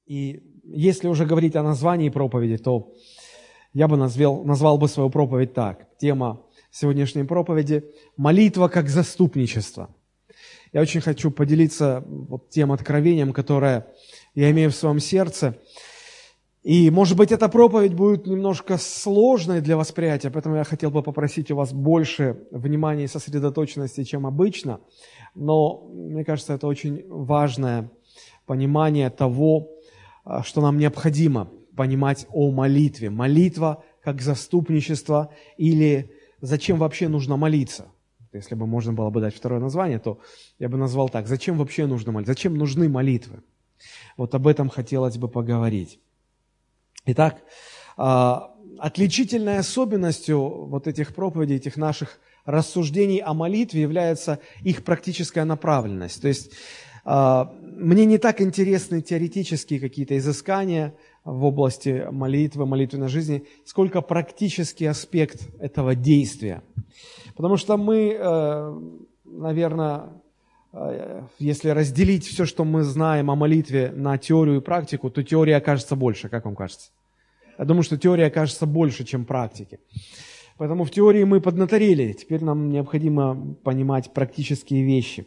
И если уже говорить о названии проповеди, то я бы назвал бы свою проповедь так. Тема сегодняшней проповеди – молитва как заступничество. Я очень хочу поделиться тем откровением, которое я имею в своем сердце. И, может быть, эта проповедь будет немножко сложной для восприятия, поэтому я хотел бы попросить у вас больше внимания и сосредоточенности, чем обычно. Но, мне кажется, это очень важное понимание того, что нам необходимо понимать о молитве. Молитва как заступничество, или зачем вообще нужно молиться. Если бы можно было бы дать второе название, то я бы назвал так: зачем вообще нужно молиться? Зачем нужны молитвы? Вот об этом хотелось бы поговорить. Итак, отличительной особенностью вот этих проповедей, этих наших рассуждений о молитве является их практическая направленность. То есть мне не так интересны теоретические какие-то изыскания в области молитвы, молитвенной жизни, сколько практический аспект этого действия. Потому что мы, наверное, если разделить все, что мы знаем о молитве, на теорию и практику, то теория окажется больше. Как вам кажется? Я думаю, что теория окажется больше, чем практики. Поэтому в теории мы поднаторели. Теперь нам необходимо понимать практические вещи.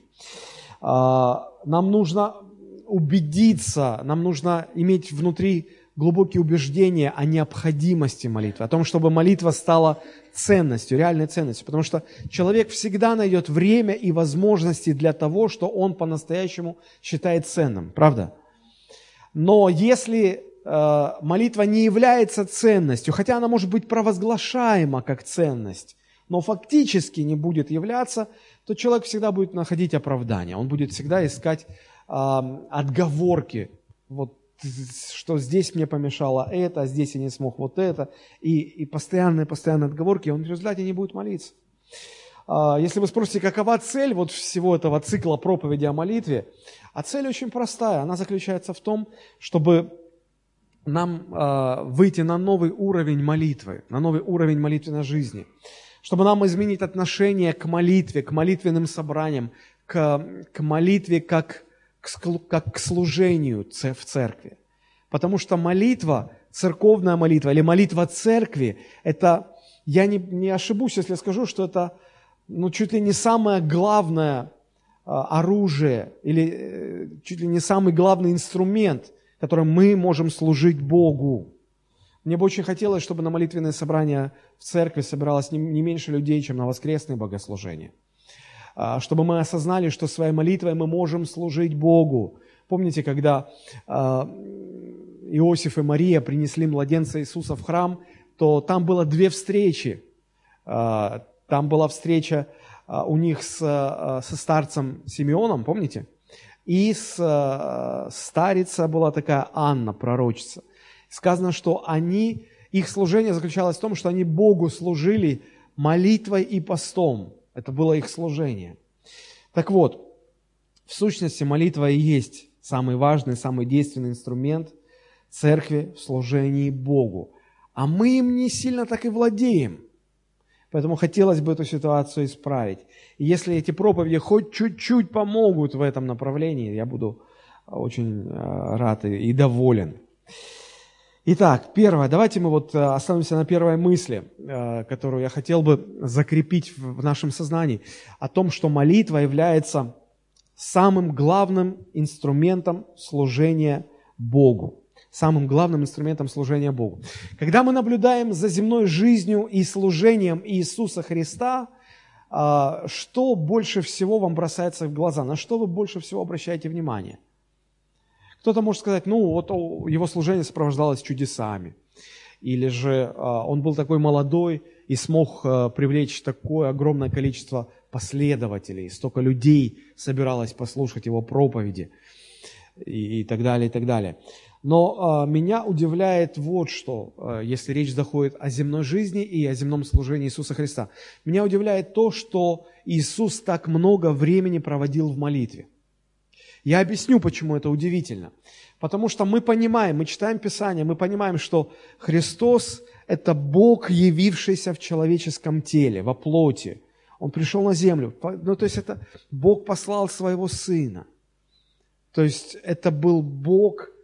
Нам нужно убедиться, нам нужно иметь внутри глубокие убеждения о необходимости молитвы, о том, чтобы молитва стала ценностью, реальной ценностью. Потому что человек всегда найдет время и возможности для того, что он по-настоящему считает ценным. Правда? Но если молитва не является ценностью, хотя она может быть провозглашаема как ценность, но фактически не будет являться, то человек всегда будет находить оправдание. Он будет всегда искать отговорки. Вот что здесь мне помешало это, а здесь я не смог вот это. И постоянные отговорки, он в результате не будет молиться. Если вы спросите, какова цель вот всего этого цикла проповеди о молитве, а цель очень простая. Она заключается в том, чтобы нам выйти на новый уровень молитвы, на новый уровень молитвенной жизни, чтобы нам изменить отношение к молитве, к молитвенным собраниям, к молитве как к служению в церкви. Потому что молитва, церковная молитва или молитва церкви, это, я не ошибусь, если скажу, что это чуть ли не самое главное оружие или чуть ли не самый главный инструмент, которым мы можем служить Богу. Мне бы очень хотелось, чтобы на молитвенные собрания в церкви собиралось не меньше людей, чем на воскресные богослужения. Чтобы мы осознали, что своей молитвой мы можем служить Богу. Помните, когда Иосиф и Мария принесли младенца Иисуса в храм, то там было две встречи. Там была встреча у них со старцем Симеоном, помните? И старица была такая Анна, пророчица. Сказано, что их служение заключалось в том, что они Богу служили молитвой и постом. Это было их служение. Так вот, в сущности, молитва и есть самый важный, самый действенный инструмент церкви в служении Богу. А мы им не сильно так и владеем. Поэтому хотелось бы эту ситуацию исправить. И если эти проповеди хоть чуть-чуть помогут в этом направлении, я буду очень рад и доволен. Итак, первое. Давайте мы остановимся на первой мысли, которую я хотел бы закрепить в нашем сознании, о том, что молитва является самым главным инструментом служения Богу. Самым главным инструментом служения Богу. Когда мы наблюдаем за земной жизнью и служением Иисуса Христа, что больше всего вам бросается в глаза? На что вы больше всего обращаете внимание? Кто-то может сказать, его служение сопровождалось чудесами. Или же он был такой молодой и смог привлечь такое огромное количество последователей, столько людей собиралось послушать его проповеди и так далее, и так далее. Но меня удивляет вот что, если речь заходит о земной жизни и о земном служении Иисуса Христа. Меня удивляет то, что Иисус так много времени проводил в молитве. Я объясню, почему это удивительно. Потому что мы понимаем, мы читаем Писание, мы понимаем, что Христос – это Бог, явившийся в человеческом теле, во плоти. Он пришел на землю. То есть это Бог послал своего Сына. То есть это был Бог,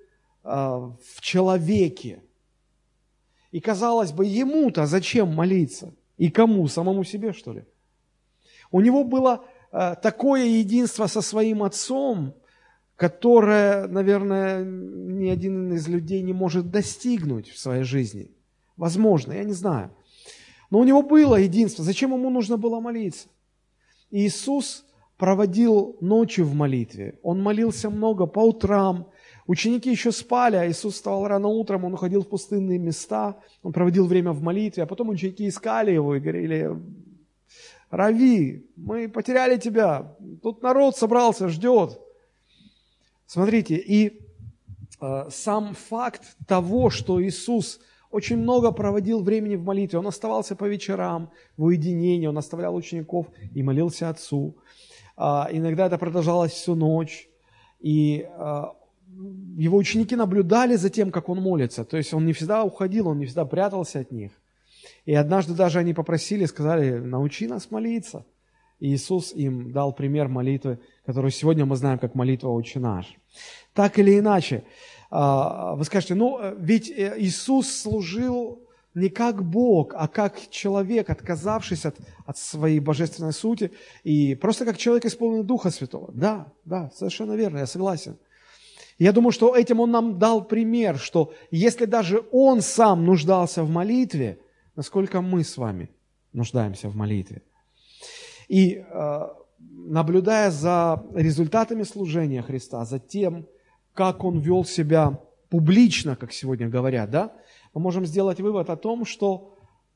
в человеке. И казалось бы, ему-то зачем молиться? И кому? Самому себе, что ли? У него было такое единство со своим отцом, которое, наверное, ни один из людей не может достигнуть в своей жизни. Возможно, я не знаю. Но у него было единство. Зачем ему нужно было молиться? И Иисус проводил ночью в молитве. Он молился много по утрам. Ученики еще спали, а Иисус вставал рано утром, он уходил в пустынные места, он проводил время в молитве, а потом ученики искали его и говорили: «Рави, мы потеряли тебя, тут народ собрался, ждет». Смотрите, и сам факт того, что Иисус очень много проводил времени в молитве, он оставался по вечерам в уединении, он оставлял учеников и молился Отцу. Иногда это продолжалось всю ночь, и его ученики наблюдали за тем, как он молится. То есть он не всегда уходил, он не всегда прятался от них. И однажды даже они попросили, сказали: «Научи нас молиться». И Иисус им дал пример молитвы, которую сегодня мы знаем как молитва «Отче наш». Так или иначе, вы скажете: ведь Иисус служил не как Бог, а как человек, отказавшись от своей божественной сути, и просто как человек, исполненный Духа Святого. Да, совершенно верно, я согласен. Я думаю, что этим он нам дал пример, что если даже он сам нуждался в молитве, насколько мы с вами нуждаемся в молитве. И наблюдая за результатами служения Христа, за тем, как он вел себя публично, как сегодня говорят, да, мы можем сделать вывод о том, что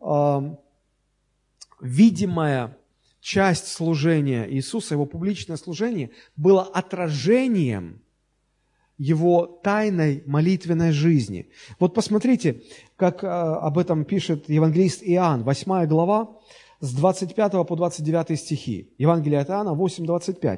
видимая часть служения Иисуса, его публичное служение, было отражением его тайной молитвенной жизни. Вот посмотрите, как об этом пишет евангелист Иоанн, 8 глава, с 25 по 29 стихи. Евангелие от Иоанна 8:25.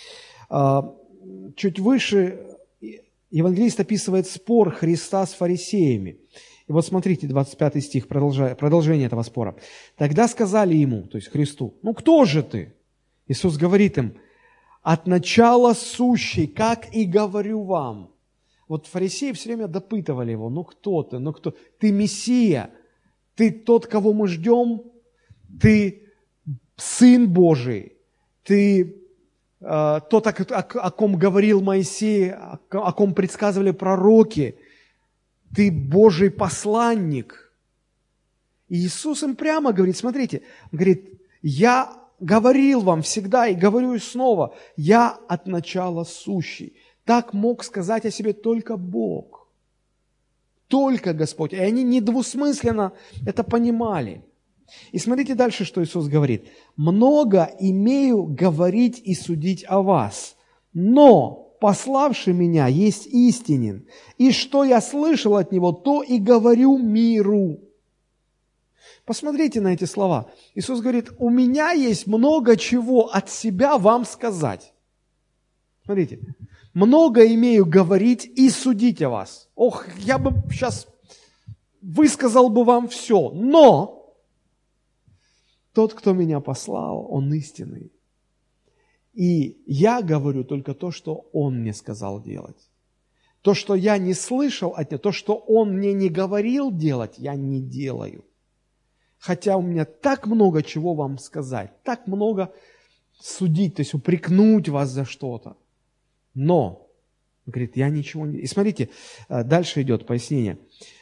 Чуть выше евангелист описывает спор Христа с фарисеями. И вот смотрите, 25 стих, продолжение этого спора. «Тогда сказали ему», то есть Христу: кто же ты?» Иисус говорит им: «От начала сущий, как и говорю вам». Вот фарисеи все время допытывали его: кто ты? Кто? Ты Мессия, ты тот, кого мы ждем, ты Сын Божий, ты тот, о ком говорил Моисей, о ком предсказывали пророки, ты Божий посланник. И Иисус им прямо говорит, смотрите, он говорит: «Я говорил вам всегда и говорю и снова, я от начала сущий». Так мог сказать о себе только Бог, только Господь. И они недвусмысленно это понимали. И смотрите дальше, что Иисус говорит. «Много имею говорить и судить о вас, но пославший меня есть истинен, и что я слышал от Него, то и говорю миру». Посмотрите на эти слова. Иисус говорит: «У меня есть много чего от себя вам сказать». Смотрите. «Много имею говорить и судить о вас». Ох, я бы сейчас высказал бы вам все, но тот, кто меня послал, он истинный. И я говорю только то, что он мне сказал делать. То, что я не слышал от него, то, что он мне не говорил делать, я не делаю. Хотя у меня так много чего вам сказать, так много судить, то есть упрекнуть вас за что-то. Но, он говорит, я ничего не... И смотрите, дальше идет пояснение.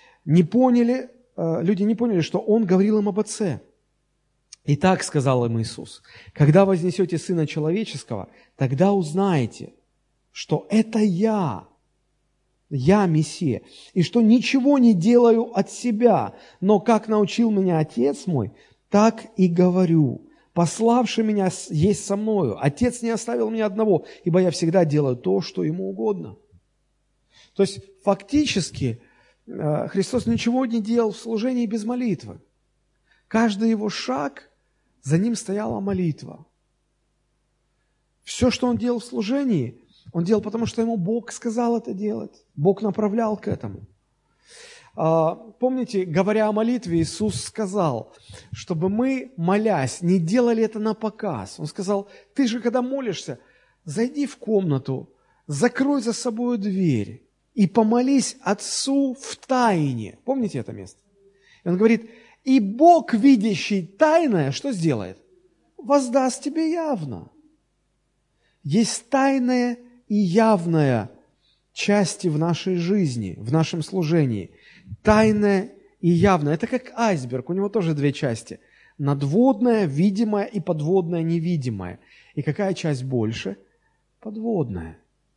Люди не поняли, что он говорил им об Отце. «Итак, — сказал им Иисус, — когда вознесете Сына Человеческого, тогда узнаете, что это я Мессия, и что ничего не делаю от себя, но как научил меня Отец мой, так и говорю. Пославший меня есть со мною. Отец не оставил меня одного, ибо я всегда делаю то, что ему угодно». То есть, фактически, Христос ничего не делал в служении без молитвы. Каждый его шаг, за ним стояла молитва. Все, что он делал в служении, он делал, потому что ему Бог сказал это делать. Бог направлял к этому. Помните, говоря о молитве, Иисус сказал, чтобы мы, молясь, не делали это на показ. Он сказал: ты же, когда молишься, зайди в комнату, закрой за собой дверь и помолись Отцу в тайне. Помните это место? И он говорит, и Бог, видящий тайное, что сделает? Воздаст тебе явно. Есть тайное и явное части в нашей жизни, в нашем служении. Тайное и явное. Это как айсберг, у него тоже две части. Надводная, видимая и подводная, невидимая. И какая часть больше? Подводная.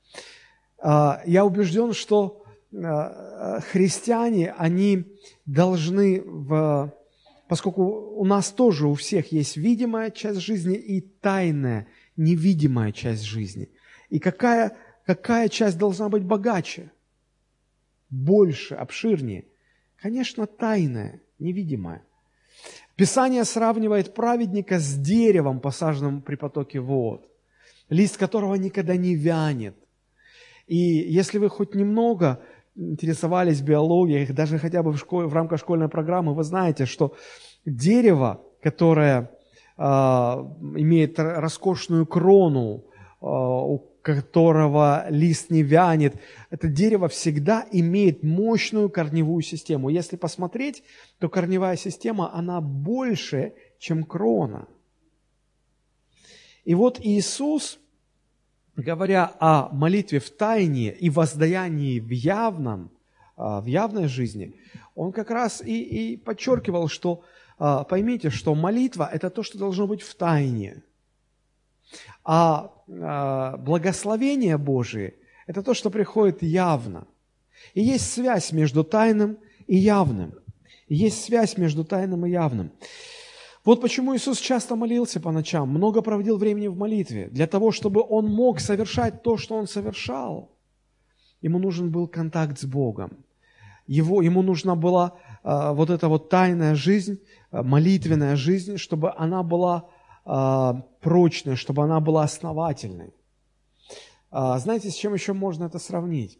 Я убежден, что христиане, они должны, поскольку у нас тоже у всех есть видимая часть жизни и тайная, невидимая часть жизни. И какая часть должна быть богаче, больше, обширнее? Конечно, тайная, невидимая. Писание сравнивает праведника с деревом, посаженным при потоке вод, лист которого никогда не вянет. И если вы хоть немного интересовались биологией, даже хотя бы в рамках школьной программы, вы знаете, что дерево, которое имеет роскошную крону, у которого лист не вянет, это дерево всегда имеет мощную корневую систему. Если посмотреть, то корневая система, она больше, чем крона. И вот Иисус, говоря о молитве в тайне и воздаянии в явной жизни, Он как раз и подчеркивал, что поймите, что молитва – это то, что должно быть в тайне. А благословение Божие – это то, что приходит явно. И есть связь между тайным и явным. Есть связь между тайным и явным. Вот почему Иисус часто молился по ночам, много проводил времени в молитве, для того, чтобы Он мог совершать то, что Он совершал. Ему нужен был контакт с Богом. Ему нужна была вот эта вот тайная жизнь, молитвенная жизнь, чтобы она была прочной, чтобы она была основательной. Знаете, с чем еще можно это сравнить?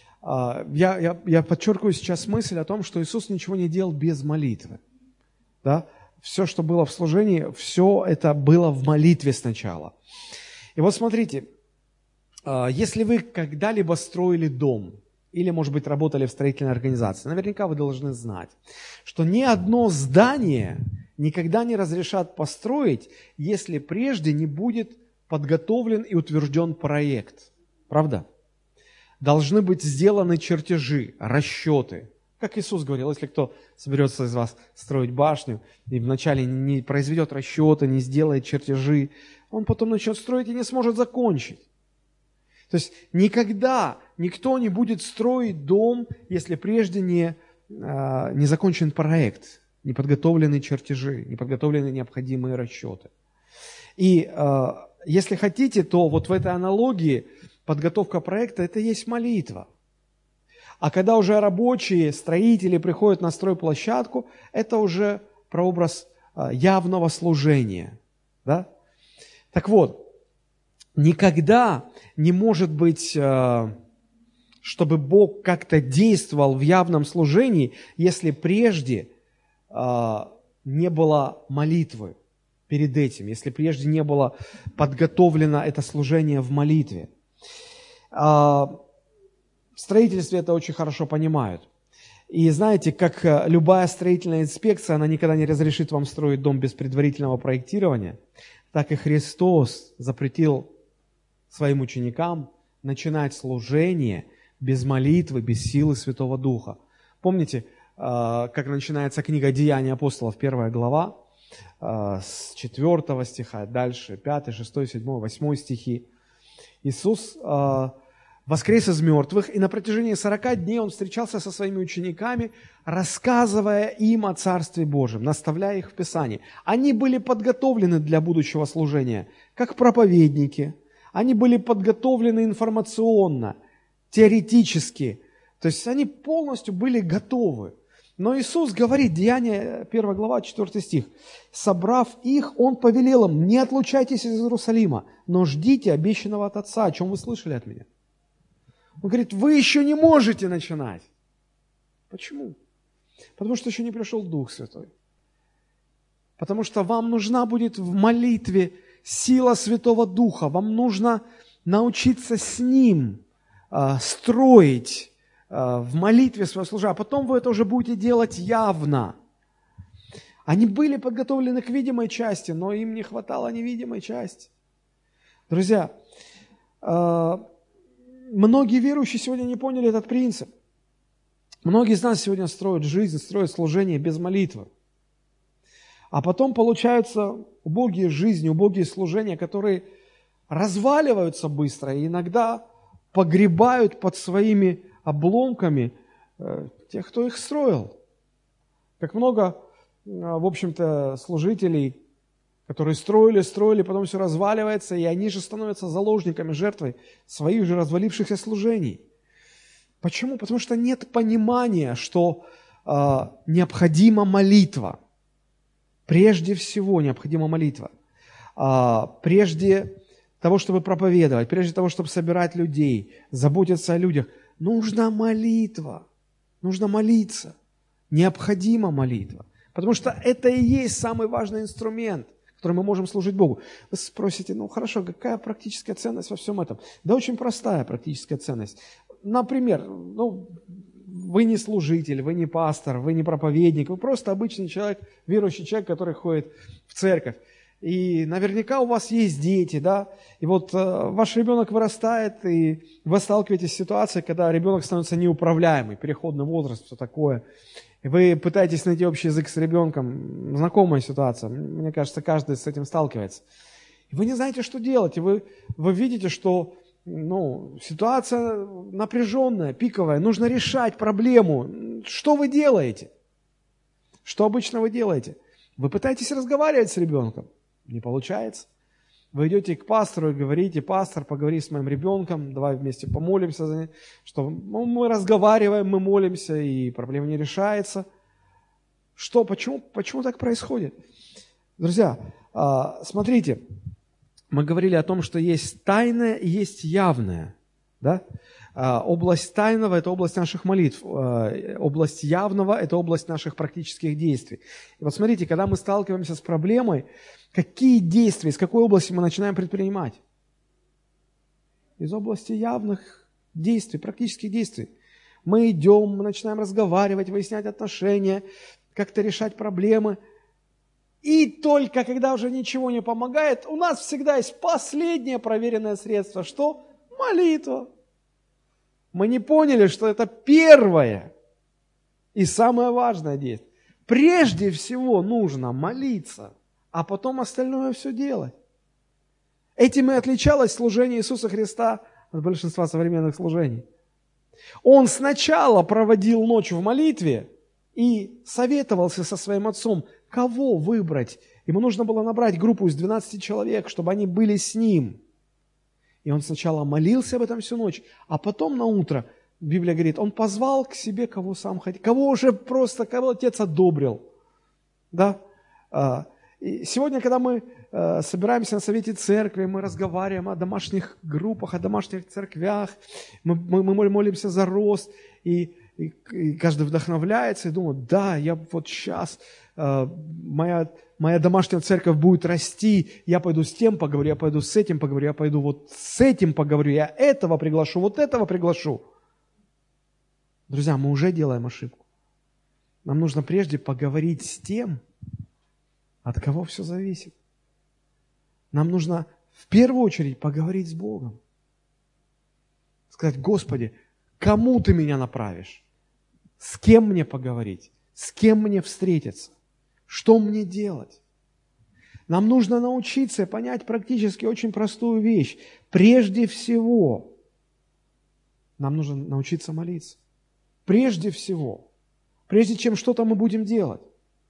Я подчеркиваю сейчас мысль о том, что Иисус ничего не делал без молитвы. Да? Все, что было в служении, все это было в молитве сначала. И вот смотрите, если вы когда-либо строили дом, или, может быть, работали в строительной организации, наверняка вы должны знать, что ни одно здание никогда не разрешат построить, если прежде не будет подготовлен и утвержден проект. Правда? Должны быть сделаны чертежи, расчеты. Как Иисус говорил, если кто соберется из вас строить башню, и вначале не произведет расчеты, не сделает чертежи, он потом начнет строить и не сможет закончить. То есть никогда никто не будет строить дом, если прежде не закончен проект, не подготовлены чертежи, не подготовлены необходимые расчеты. И если хотите, то вот в этой аналогии подготовка проекта – это и есть молитва. А когда уже рабочие, строители приходят на стройплощадку, это уже прообраз явного служения. Да? Так вот, никогда не может быть, чтобы Бог как-то действовал в явном служении, если прежде не было молитвы перед этим, если прежде не было подготовлено это служение в молитве. В строительстве это очень хорошо понимают. И знаете, как любая строительная инспекция, она никогда не разрешит вам строить дом без предварительного проектирования, так и Христос запретил своим ученикам начинать служение без молитвы, без силы Святого Духа. Помните, как начинается книга «Деяния апостолов», 1 глава, с 4 стиха, дальше 5, 6, 7, 8 стихи. Иисус воскрес из мертвых, и на протяжении 40 дней Он встречался со своими учениками, рассказывая им о Царстве Божьем, наставляя их в Писании. Они были подготовлены для будущего служения, как проповедники. Они были подготовлены информационно, теоретически. То есть они полностью были готовы. Но Иисус говорит, Деяния 1 глава, 4 стих, «Собрав их, Он повелел им, не отлучайтесь из Иерусалима, но ждите обещанного от Отца, о чем вы слышали от Меня». Он говорит, вы еще не можете начинать. Почему? Потому что еще не пришел Дух Святой. Потому что вам нужна будет в молитве сила Святого Духа. Вам нужно научиться с Ним строить в молитве свое служа, а потом вы это уже будете делать явно. Они были подготовлены к видимой части, но им не хватало невидимой части. Друзья, многие верующие сегодня не поняли этот принцип. Многие из нас сегодня строят жизнь, строят служение без молитвы. А потом получаются убогие жизни, убогие служения, которые разваливаются быстро и иногда погребают под своими обломками тех, кто их строил. Как много, в общем-то, служителей, которые строили, потом все разваливается, и они же становятся заложниками, жертвой своих же развалившихся служений. Почему? Потому что нет понимания, что необходима молитва. Прежде всего необходима молитва. Прежде того, чтобы проповедовать, прежде того, чтобы собирать людей, заботиться о людях, нужна молитва. Нужно молиться. Необходима молитва. Потому что это и есть самый важный инструмент, которым мы можем служить Богу. Вы спросите, хорошо, какая практическая ценность во всем этом? Да очень простая практическая ценность. Например, вы не служитель, вы не пастор, вы не проповедник, вы просто обычный человек, верующий человек, который ходит в церковь. И наверняка у вас есть дети, да? И вот ваш ребенок вырастает, и вы сталкиваетесь с ситуацией, когда ребенок становится неуправляемый, переходный возраст, все такое. И вы пытаетесь найти общий язык с ребенком, знакомая ситуация, мне кажется, каждый с этим сталкивается. И вы не знаете, что делать, и вы видите, что ситуация напряженная, пиковая, нужно решать проблему. Что вы делаете? Что обычно вы делаете? Вы пытаетесь разговаривать с ребенком, не получается. Вы идете к пастору и говорите: пастор, поговори с моим ребенком, давай вместе помолимся за него. Что мы разговариваем, мы молимся, и проблема не решается. Что, почему так происходит? Друзья, смотрите, мы говорили о том, что есть тайное и есть явное. Да? Область тайного – это область наших молитв. Область явного – это область наших практических действий. И вот смотрите, когда мы сталкиваемся с проблемой, какие действия, из какой области мы начинаем предпринимать? Из области явных действий, практических действий. Мы идем, мы начинаем разговаривать, выяснять отношения, как-то решать проблемы. И только когда уже ничего не помогает, у нас всегда есть последнее проверенное средство. Что? Молитва. Мы не поняли, что это первое и самое важное действие. Прежде всего нужно молиться, а потом остальное все делать. Этим и отличалось служение Иисуса Христа от большинства современных служений. Он сначала проводил ночь в молитве и советовался со своим отцом, кого выбрать. Ему нужно было набрать группу из 12 человек, чтобы они были с ним. И он сначала молился об этом всю ночь, а потом на утро, Библия говорит, он позвал к себе, кого сам хотел, кого отец одобрил. Да? И сегодня, когда мы собираемся на совете церкви, мы разговариваем о домашних группах, о домашних церквях, мы молимся за рост, и каждый вдохновляется и думает: да, я вот сейчас, моя домашняя церковь будет расти, я пойду с тем поговорю, я пойду с этим поговорю, я пойду вот с этим поговорю, я этого приглашу, вот этого приглашу. Друзья, мы уже делаем ошибку. Нам нужно прежде поговорить с тем, от кого все зависит. Нам нужно в первую очередь поговорить с Богом. Сказать: Господи, кому Ты меня направишь? С кем мне поговорить? С кем мне встретиться? Что мне делать? Нам нужно научиться понять практически очень простую вещь. Прежде всего, нам нужно научиться молиться. Прежде всего. Прежде чем что-то мы будем делать.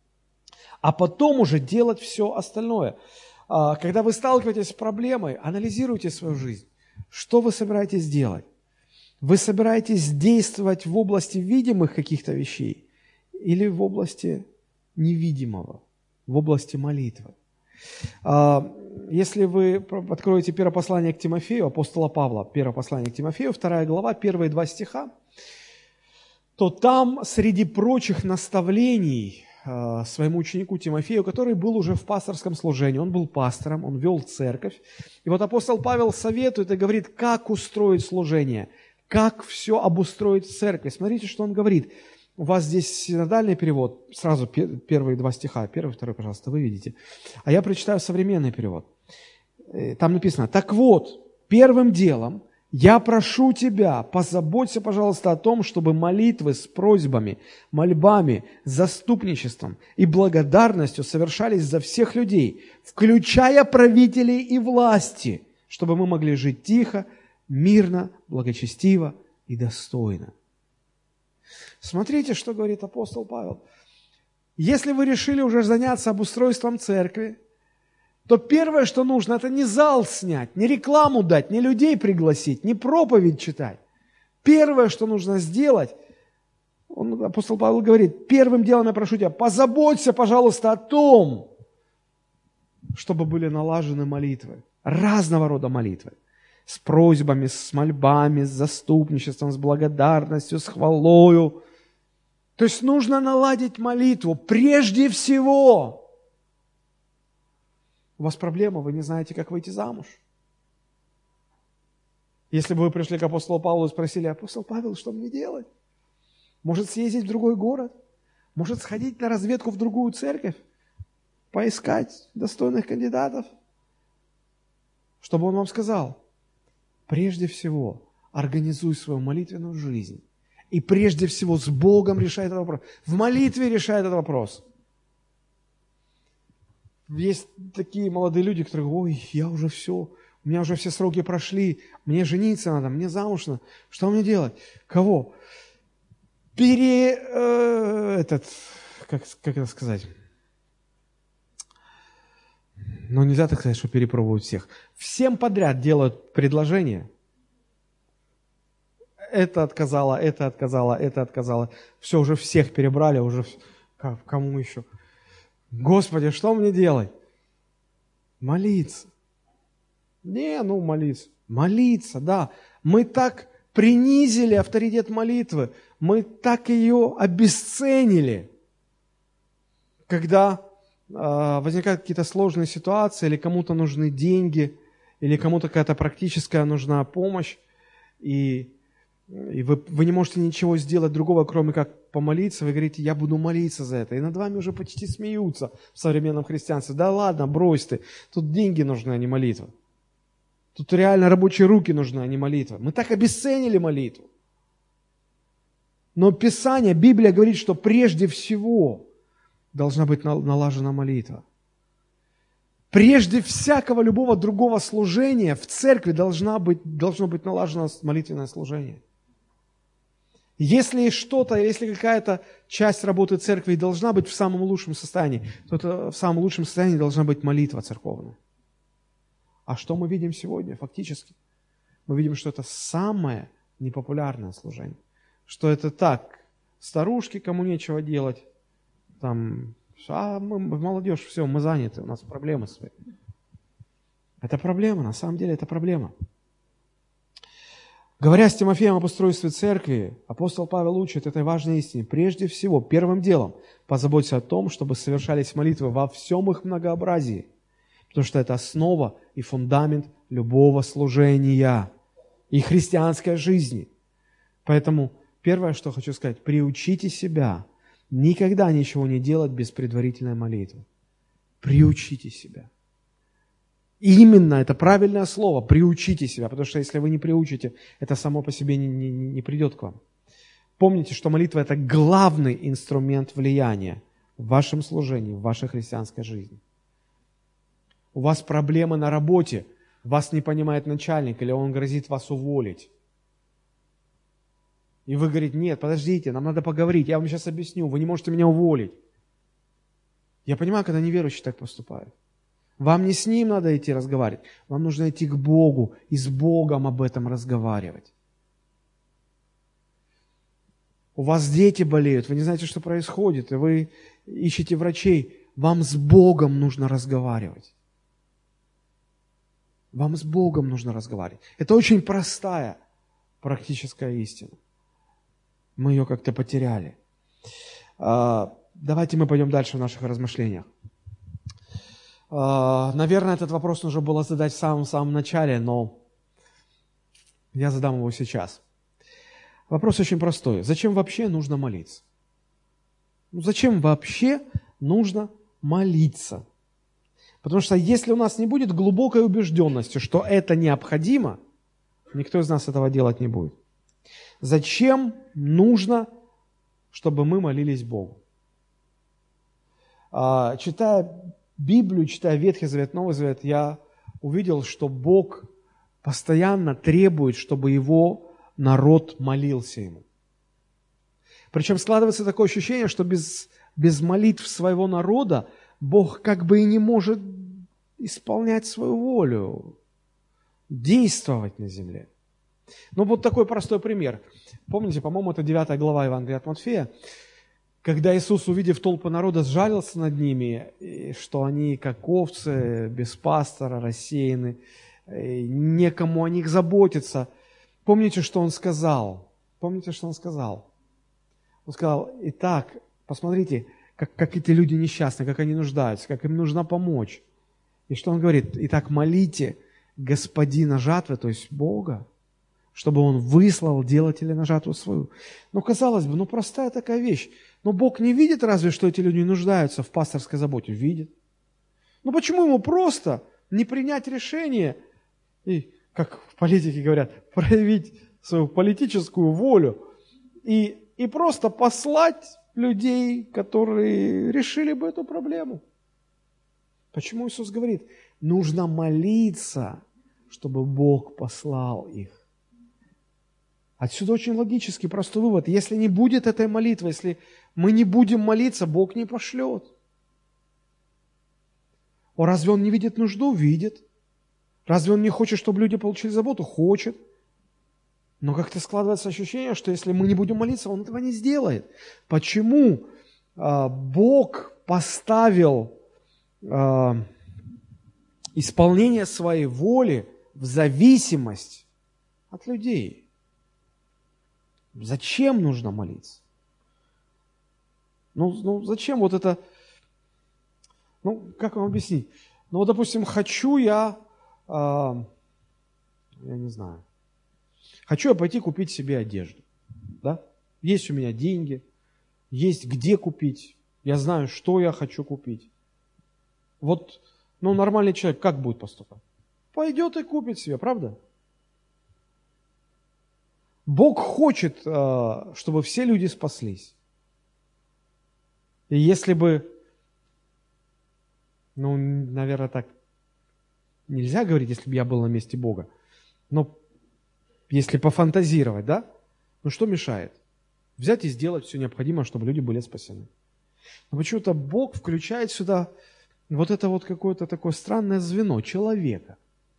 А потом уже делать все остальное. Когда вы сталкиваетесь с проблемой, анализируйте свою жизнь. Что вы собираетесь делать? Вы собираетесь действовать в области видимых каких-то вещей или в области невидимого, в области молитвы? Если вы откроете первое послание к Тимофею, апостола Павла, первое послание к Тимофею, 2 глава, первые 2 стиха, то там среди прочих наставлений своему ученику Тимофею, который был уже в пасторском служении, он был пастором, он вел церковь. И вот апостол Павел советует и говорит, как устроить служение, как все обустроить в церкви. Смотрите, что он говорит. У вас здесь синодальный перевод, сразу первые два стиха, первый, второй, пожалуйста, вы видите. А я прочитаю современный перевод. Там написано: «Так вот, первым делом я прошу тебя, позаботься, пожалуйста, о том, чтобы молитвы с просьбами, мольбами, заступничеством и благодарностью совершались за всех людей, включая правителей и власти, чтобы мы могли жить тихо, мирно, благочестиво и достойно». Смотрите, что говорит апостол Павел. Если вы решили уже заняться обустройством церкви, то первое, что нужно, это не зал снять, не рекламу дать, не людей пригласить, не проповедь читать. Первое, что нужно сделать, апостол Павел говорит: первым делом я прошу тебя, позаботься, пожалуйста, о том, чтобы были налажены молитвы, разного рода молитвы, с просьбами, с мольбами, с заступничеством, с благодарностью, с хвалою. То есть нужно наладить молитву прежде всего. У вас проблема, вы не знаете, как выйти замуж. Если бы вы пришли к апостолу Павлу и спросили: апостол Павел, что мне делать? Может, съездить в другой город? Может, сходить на разведку в другую церковь? Поискать достойных кандидатов? Чтобы он вам сказал: прежде всего, организуй свою молитвенную жизнь. И прежде всего с Богом решай этот вопрос. В молитве решай этот вопрос. Есть такие молодые люди, которые говорят: ой, я уже все, у меня уже все сроки прошли, мне жениться надо, мне замуж надо. Что мне делать? Кого? Как это сказать? Ну, нельзя так сказать, что перепробовать всех. Всем подряд делают предложение. Это отказала, это отказала, это отказала. Все, уже всех перебрали, уже кому еще? Господи, что мне делать? Молиться. Молиться. Молиться, да. Мы так принизили авторитет молитвы, мы так ее обесценили. Когда возникают какие-то сложные ситуации, или кому-то нужны деньги, или кому-то какая-то практическая нужна помощь, и вы не можете ничего сделать другого, кроме как помолиться, вы говорите: я буду молиться за это. И над вами уже почти смеются в современном христианстве. Да ладно, брось ты, тут деньги нужны, а не молитва. Тут реально рабочие руки нужны, а не молитва. Мы так обесценили молитву. Но Писание, Библия говорит, что прежде всего должна быть налажена молитва. Прежде всякого любого другого служения в церкви должно быть налажено молитвенное служение. Если что-то, если какая-то часть работы церкви должна быть в самом лучшем состоянии, то это в самом лучшем состоянии должна быть молитва церковная. А что мы видим сегодня фактически? Мы видим, что это самое непопулярное служение. Что это так, старушки, кому нечего делать, мы, молодежь, все, мы заняты, у нас проблемы свои. Это проблема, на самом деле это проблема. Говоря с Тимофеем об устройстве церкви, апостол Павел учит этой важной истине. Прежде всего, первым делом, позаботься о том, чтобы совершались молитвы во всем их многообразии, потому что это основа и фундамент любого служения и христианской жизни. Поэтому первое, что хочу сказать: приучите себя никогда ничего не делать без предварительной молитвы. Приучите себя. Именно это правильное слово, приучите себя, потому что если вы не приучите, это само по себе не придет к вам. Помните, что молитва – это главный инструмент влияния в вашем служении, в вашей христианской жизни. У вас проблемы на работе, вас не понимает начальник, или он грозит вас уволить. И вы говорите: нет, подождите, нам надо поговорить, я вам сейчас объясню, вы не можете меня уволить. Я понимаю, когда неверующие так поступают. Вам не с ним надо идти разговаривать, вам нужно идти к Богу и с Богом об этом разговаривать. У вас дети болеют, вы не знаете, что происходит, и вы ищете врачей. Вам с Богом нужно разговаривать. Вам с Богом нужно разговаривать. Это очень простая практическая истина. Мы ее как-то потеряли. Давайте мы пойдем дальше в наших размышлениях. Наверное, этот вопрос нужно было задать в самом начале, но я задам его сейчас. Вопрос очень простой. Зачем вообще нужно молиться? Зачем вообще нужно молиться? Потому что если у нас не будет глубокой убежденности, что это необходимо, никто из нас этого делать не будет. Зачем нужно, чтобы мы молились Богу? Читая Библию, читая Ветхий Завет, Новый Завет, я увидел, что Бог постоянно требует, чтобы Его народ молился Ему. Причем складывается такое ощущение, что без молитв своего народа Бог как бы и не может исполнять свою волю, действовать на земле. Ну, вот такой простой пример. Помните, по-моему, это 9 глава Евангелия от Матфея, когда Иисус, увидев толпы народа, сжалился над ними, что они, как овцы, без пастора, рассеяны, некому о них заботиться. Помните, что Он сказал? Помните, что Он сказал? Он сказал: итак, посмотрите, как эти люди несчастны, как они нуждаются, как им нужно помочь. И что Он говорит? Итак, молите Господина жатвы, то есть Бога, чтобы Он выслал делателя на жатву свою. Ну, казалось бы, простая такая вещь. Но Бог не видит разве, что эти люди нуждаются в пасторской заботе? Видит. Почему Ему просто не принять решение и, как в политике говорят, проявить свою политическую волю и просто послать людей, которые решили бы эту проблему? Почему Иисус говорит, нужно молиться, чтобы Бог послал их? Отсюда очень логический, простой вывод. Если не будет этой молитвы, если мы не будем молиться, Бог не пошлет. Разве Он не видит нужду? Видит. Разве Он не хочет, чтобы люди получили заботу? Хочет. Но как-то складывается ощущение, что если мы не будем молиться, Он этого не сделает. Почему Бог поставил исполнение своей воли в зависимость от людей? Зачем нужно молиться? Зачем вот это? Как вам объяснить? Допустим, хочу я не знаю, хочу я пойти купить себе одежду, да? Есть у меня деньги, есть где купить, я знаю, что я хочу купить. Нормальный человек как будет поступать? Пойдет и купит себе, правда? Бог хочет, чтобы все люди спаслись. И если бы, наверное, так нельзя говорить, если бы я был на месте Бога, но если пофантазировать, да, что мешает? Взять и сделать все необходимое, чтобы люди были спасены. Но почему-то Бог включает сюда это какое-то такое странное звено человека.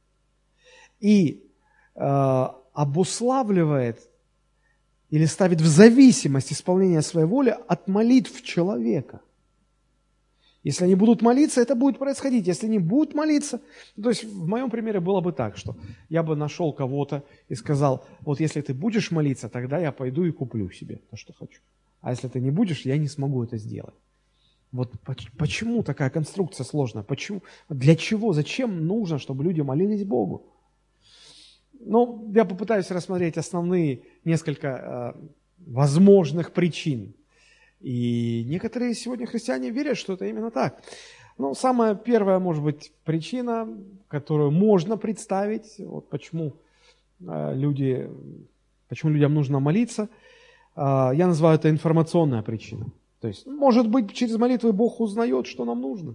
И обуславливает или ставит в зависимость исполнения своей воли от молитв человека. Если они будут молиться, это будет происходить. Если не будут молиться, то есть в моем примере было бы так, что я бы нашел кого-то и сказал, если ты будешь молиться, тогда я пойду и куплю себе то, что хочу. А если ты не будешь, я не смогу это сделать. Почему такая конструкция сложная? Почему? Для чего? Зачем нужно, чтобы люди молились Богу? Я попытаюсь рассмотреть основные несколько возможных причин. И некоторые сегодня христиане верят, что это именно так. Самая первая, может быть, причина, которую можно представить, почему людям нужно молиться, я называю это информационная причина. То есть, может быть, через молитвы Бог узнает, что нам нужно.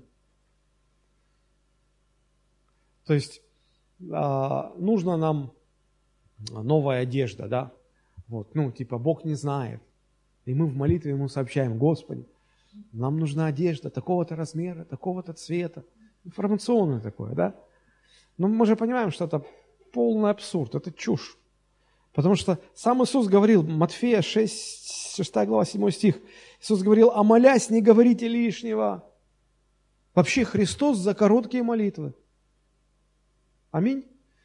То есть, нужна нам новая одежда, да? Бог не знает. И мы в молитве Ему сообщаем: Господи, нам нужна одежда такого-то размера, такого-то цвета. Информационное такое, да? Но мы же понимаем, что это полный абсурд, это чушь. Потому что сам Иисус говорил, Матфея 6 глава, 7 стих, Иисус говорил: а молясь, не говорите лишнего. Вообще Христос за короткие молитвы. Аминь.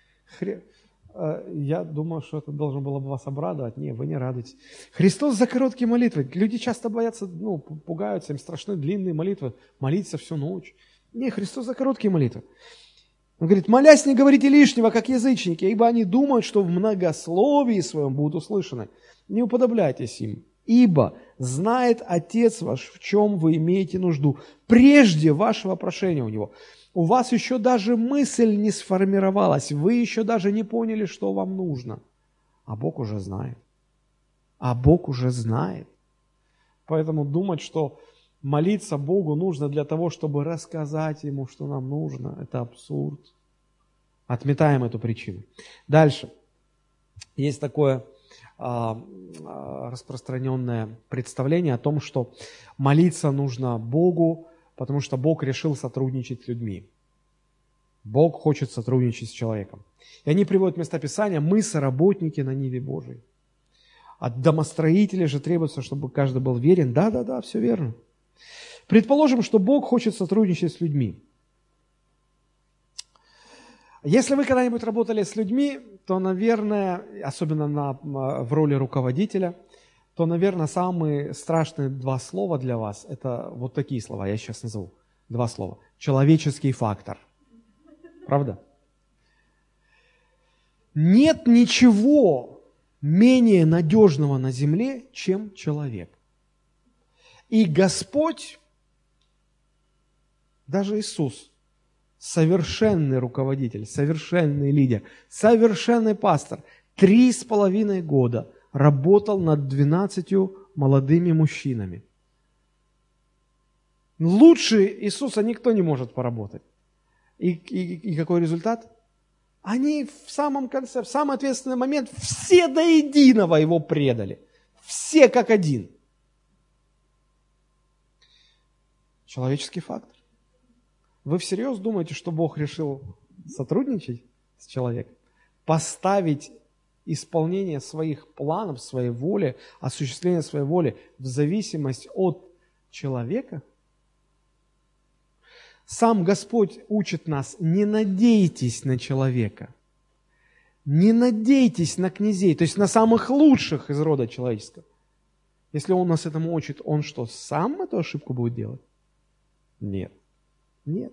Я думаю, что это должно было бы вас обрадовать. Не, вы не радуетесь. Христос за короткие молитвы. Люди часто боятся, пугаются, им страшны длинные молитвы, молиться всю ночь. Не, Христос за короткие молитвы. Он говорит: молясь, не говорите лишнего, как язычники, ибо они думают, что в многословии своем будут услышаны. не уподобляйтесь им, ибо знает Отец ваш, в чем вы имеете нужду, прежде вашего прошения у Него. У вас еще даже мысль не сформировалась, вы еще даже не поняли, что вам нужно. А Бог уже знает. А Бог уже знает. Поэтому думать, что молиться Богу нужно для того, чтобы рассказать Ему, что нам нужно, это абсурд. Отметаем эту причину. Дальше. Есть такое распространенное представление о том, что молиться нужно Богу, потому что Бог решил сотрудничать с людьми. Бог хочет сотрудничать с человеком. И они приводят местописания: мы соработники на ниве Божией. От домостроителей же требуется, чтобы каждый был верен. Да, все верно. Предположим, что Бог хочет сотрудничать с людьми. Если вы когда-нибудь работали с людьми, то, наверное, особенно в роли руководителя, то, наверное, самые страшные два слова для вас – это вот такие слова, я сейчас назову. Два слова. Человеческий фактор. Правда? Нет ничего менее надежного на земле, чем человек. И Господь, даже Иисус, совершенный руководитель, совершенный лидер, совершенный пастор, 3,5 года работал над 12 молодыми мужчинами. Лучше Иисуса никто не может поработать. И какой результат? Они в самом конце, в самый ответственный момент, все до единого его предали. Все как один. Человеческий фактор. Вы всерьез думаете, что Бог решил сотрудничать с человеком? Поставить исполнение своих планов, своей воли, осуществление своей воли в зависимость от человека? Сам Господь учит нас: не надейтесь на человека, не надейтесь на князей, то есть на самых лучших из рода человеческого. Если Он нас этому учит, Он что, сам эту ошибку будет делать? Нет. Нет.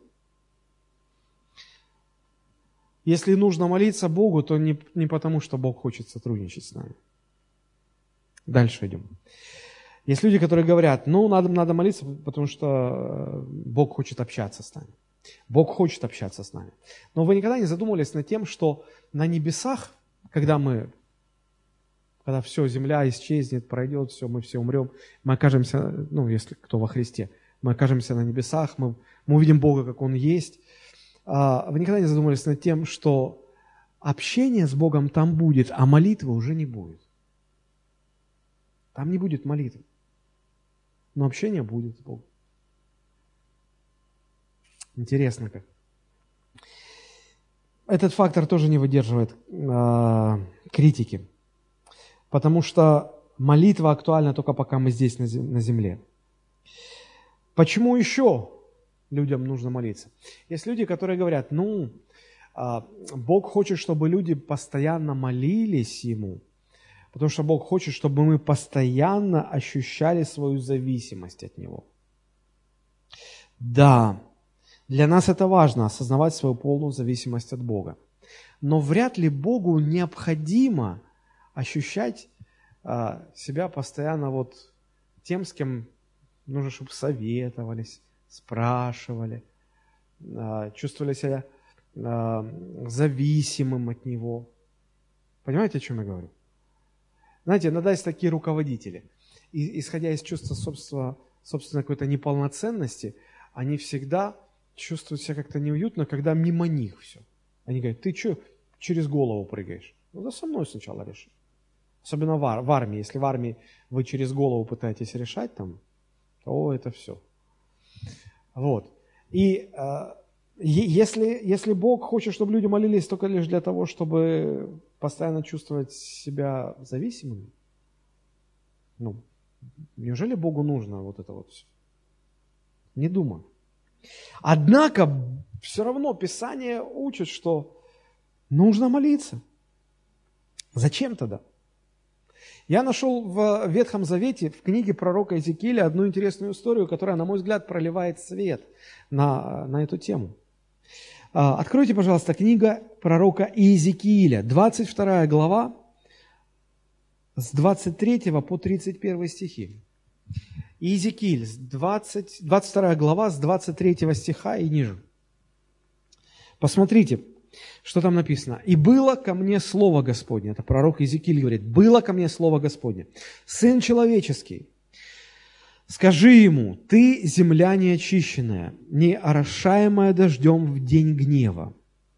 Если нужно молиться Богу, то не потому, что Бог хочет сотрудничать с нами. Дальше идем. Есть люди, которые говорят: надо молиться, потому что Бог хочет общаться с нами. Бог хочет общаться с нами. Но вы никогда не задумывались над тем, что на небесах, когда все, земля исчезнет, пройдет все, мы все умрем, мы окажемся, если кто во Христе, мы окажемся на небесах, мы увидим Бога, как Он есть. Вы никогда не задумывались над тем, что общение с Богом там будет, а молитвы уже не будет. Там не будет молитвы. Но общение будет с Богом. Интересно как. Этот фактор тоже не выдерживает критики. Потому что молитва актуальна только пока мы здесь, на земле. Почему еще людям нужно молиться? Есть люди, которые говорят: Бог хочет, чтобы люди постоянно молились Ему, потому что Бог хочет, чтобы мы постоянно ощущали свою зависимость от Него. Да, для нас это важно, осознавать свою полную зависимость от Бога. Но вряд ли Богу необходимо ощущать себя постоянно тем, с кем нужно, чтобы советовались, спрашивали, чувствовали себя зависимым от Него. Понимаете, о чем я говорю? Знаете, иногда есть такие руководители, и, исходя из чувства собственной какой-то неполноценности, они всегда чувствуют себя как-то неуютно, когда мимо них все. Они говорят: ты что через голову прыгаешь? Да со мной сначала реши. Особенно в армии. Если в армии вы через голову пытаетесь решать, то это все. И если Бог хочет, чтобы люди молились только лишь для того, чтобы постоянно чувствовать себя зависимыми, неужели Богу нужно это все? Не думаю. Однако, все равно Писание учит, что нужно молиться. Зачем тогда? Я нашел в Ветхом Завете, в книге пророка Иезекииля, одну интересную историю, которая, на мой взгляд, проливает свет на эту тему. Откройте, пожалуйста, книга пророка Иезекииля, 22 глава, с 23 по 31 стихи. Иезекииль, 22 глава, с 23 стиха и ниже. Посмотрите, что там написано. «И было ко мне слово Господне». Это пророк Иезекииль говорит. «Было ко мне слово Господне. Сын человеческий, скажи ему, ты земля неочищенная, не орошаемая дождем в день гнева.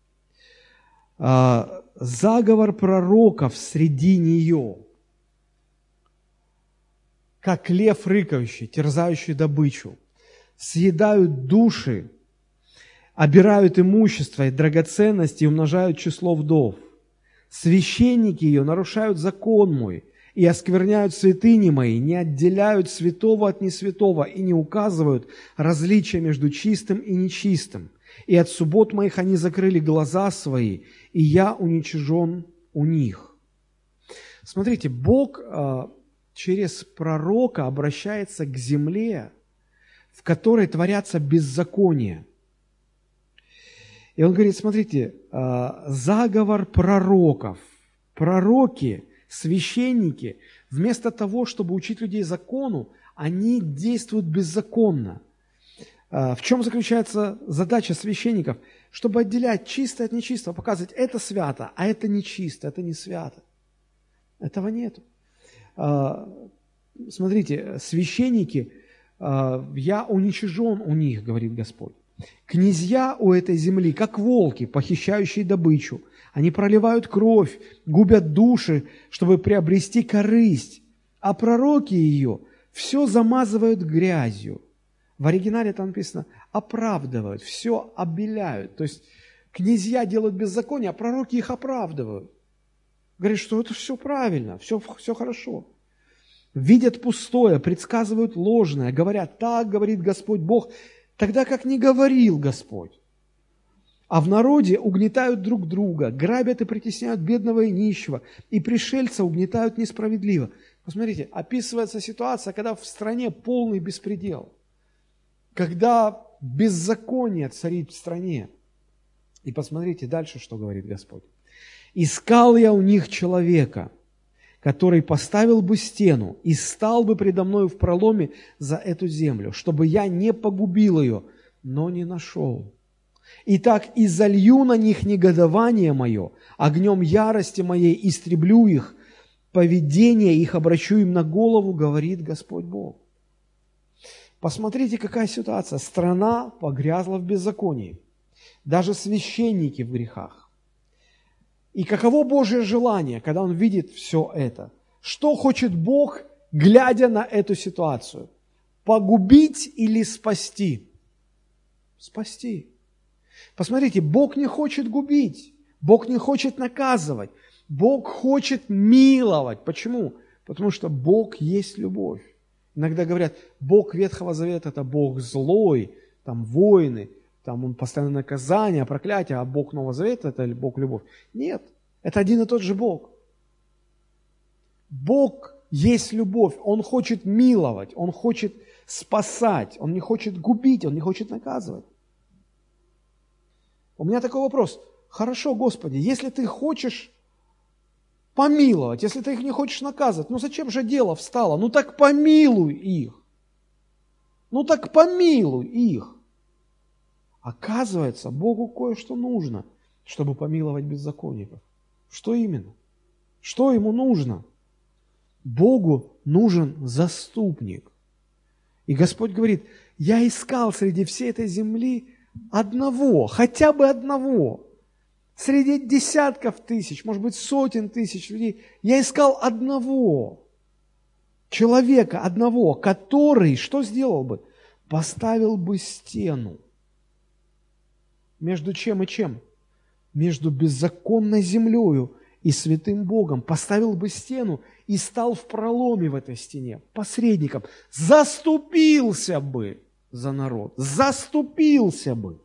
Заговор пророков среди нее, как лев рыкающий, терзающий добычу, съедают души, обирают имущество и драгоценности и умножают число вдов. Священники ее нарушают закон мой и оскверняют святыни мои, не отделяют святого от несвятого и не указывают различия между чистым и нечистым. И от суббот моих они закрыли глаза свои, и я уничижен у них». Смотрите, Бог через пророка обращается к земле, в которой творятся беззакония. И он говорит, смотрите, заговор пророков. Пророки, священники, вместо того, чтобы учить людей закону, они действуют беззаконно. В чем заключается задача священников? Чтобы отделять чистое от нечистого, показывать, это свято, а это нечисто, это не свято. Этого нету. Смотрите, священники, я уничижен у них, говорит Господь. Князья у этой земли, как волки, похищающие добычу. Они проливают кровь, губят души, чтобы приобрести корысть. А пророки ее все замазывают грязью. В оригинале там написано оправдывают, все обеляют. То есть князья делают беззаконие, а пророки их оправдывают. Говорят, что это все правильно, все хорошо. Видят пустое, предсказывают ложное, говорят, так говорит Господь Бог, тогда как не говорил Господь. А в народе угнетают друг друга, грабят и притесняют бедного и нищего, и пришельца угнетают несправедливо. Посмотрите, описывается ситуация, когда в стране полный беспредел, когда беззаконие царит в стране. И посмотрите дальше, что говорит Господь. «Искал я у них человека, который поставил бы стену и стал бы предо мною в проломе за эту землю, чтобы я не погубил ее, но не нашел. Итак, и залью на них негодование мое, огнем ярости моей истреблю их, поведение их обращу им на голову, говорит Господь Бог». Посмотрите, какая ситуация. Страна погрязла в беззаконии. Даже священники в грехах. И каково Божье желание, когда Он видит все это? Что хочет Бог, глядя на эту ситуацию? Погубить или спасти? Спасти. Посмотрите, Бог не хочет губить, Бог не хочет наказывать, Бог хочет миловать. Почему? Потому что Бог есть любовь. Иногда говорят, Бог Ветхого Завета – это Бог злой, там войны, там Он постоянно наказание, проклятие, а Бог Нового Завета – это Бог любовь. Нет, это один и тот же Бог. Бог есть любовь, Он хочет миловать, Он хочет спасать, Он не хочет губить, Он не хочет наказывать. У меня такой вопрос. Хорошо, Господи, если Ты хочешь помиловать, если Ты их не хочешь наказывать, ну зачем же дело встало? Ну так помилуй их. Ну так помилуй их. Оказывается, Богу кое-что нужно, чтобы помиловать беззаконников. Что именно? Что Ему нужно? Богу нужен заступник. И Господь говорит, я искал среди всей этой земли одного, хотя бы одного. Среди десятков тысяч, может быть, сотен тысяч людей, я искал одного человека, одного, который, что сделал бы? Поставил бы стену. Между чем и чем? Между беззаконной землею и святым Богом. Поставил бы стену и стал в проломе в этой стене, посредником. Заступился бы за народ, заступился бы.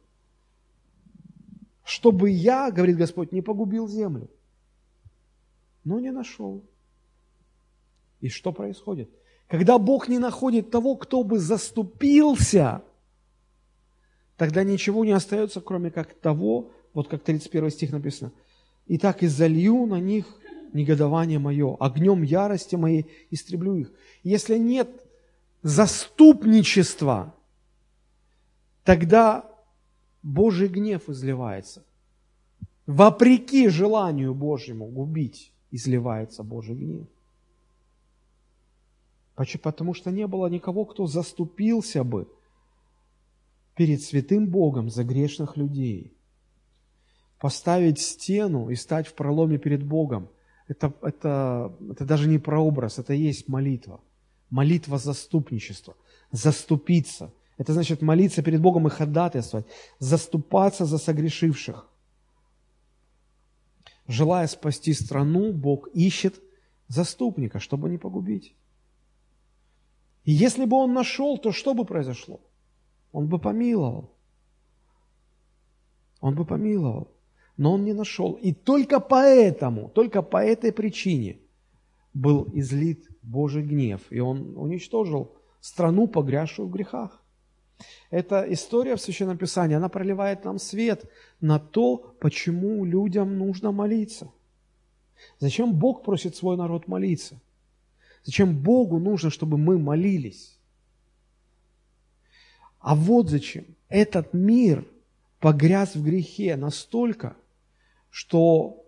Чтобы я, говорит Господь, не погубил землю. Но не нашел. И что происходит? Когда Бог не находит того, кто бы заступился, тогда ничего не остается, кроме как того, вот как 31 стих написано, «Итак, и залью на них негодование мое, огнем ярости моей истреблю их. Если нет заступничества, тогда Божий гнев изливается. Вопреки желанию Божьему губить, изливается Божий гнев. Потому что не было никого, кто заступился бы перед святым Богом за грешных людей. Поставить стену и стать в проломе перед Богом – это даже не прообраз, это и есть молитва. Молитва заступничества. Заступиться. Это значит молиться перед Богом и ходатайствовать. Заступаться за согрешивших. Желая спасти страну, Бог ищет заступника, чтобы не погубить. И если бы Он нашел, то что бы произошло? Он бы помиловал. Он бы помиловал. Но Он не нашел. И только по этой причине был излит Божий гнев. И Он уничтожил страну, погрязшую в грехах. Эта история в Священном Писании, она проливает нам свет на то, почему людям нужно молиться. Зачем Бог просит свой народ молиться? Зачем Богу нужно, чтобы мы молились? А вот зачем. Этот мир погряз в грехе настолько, что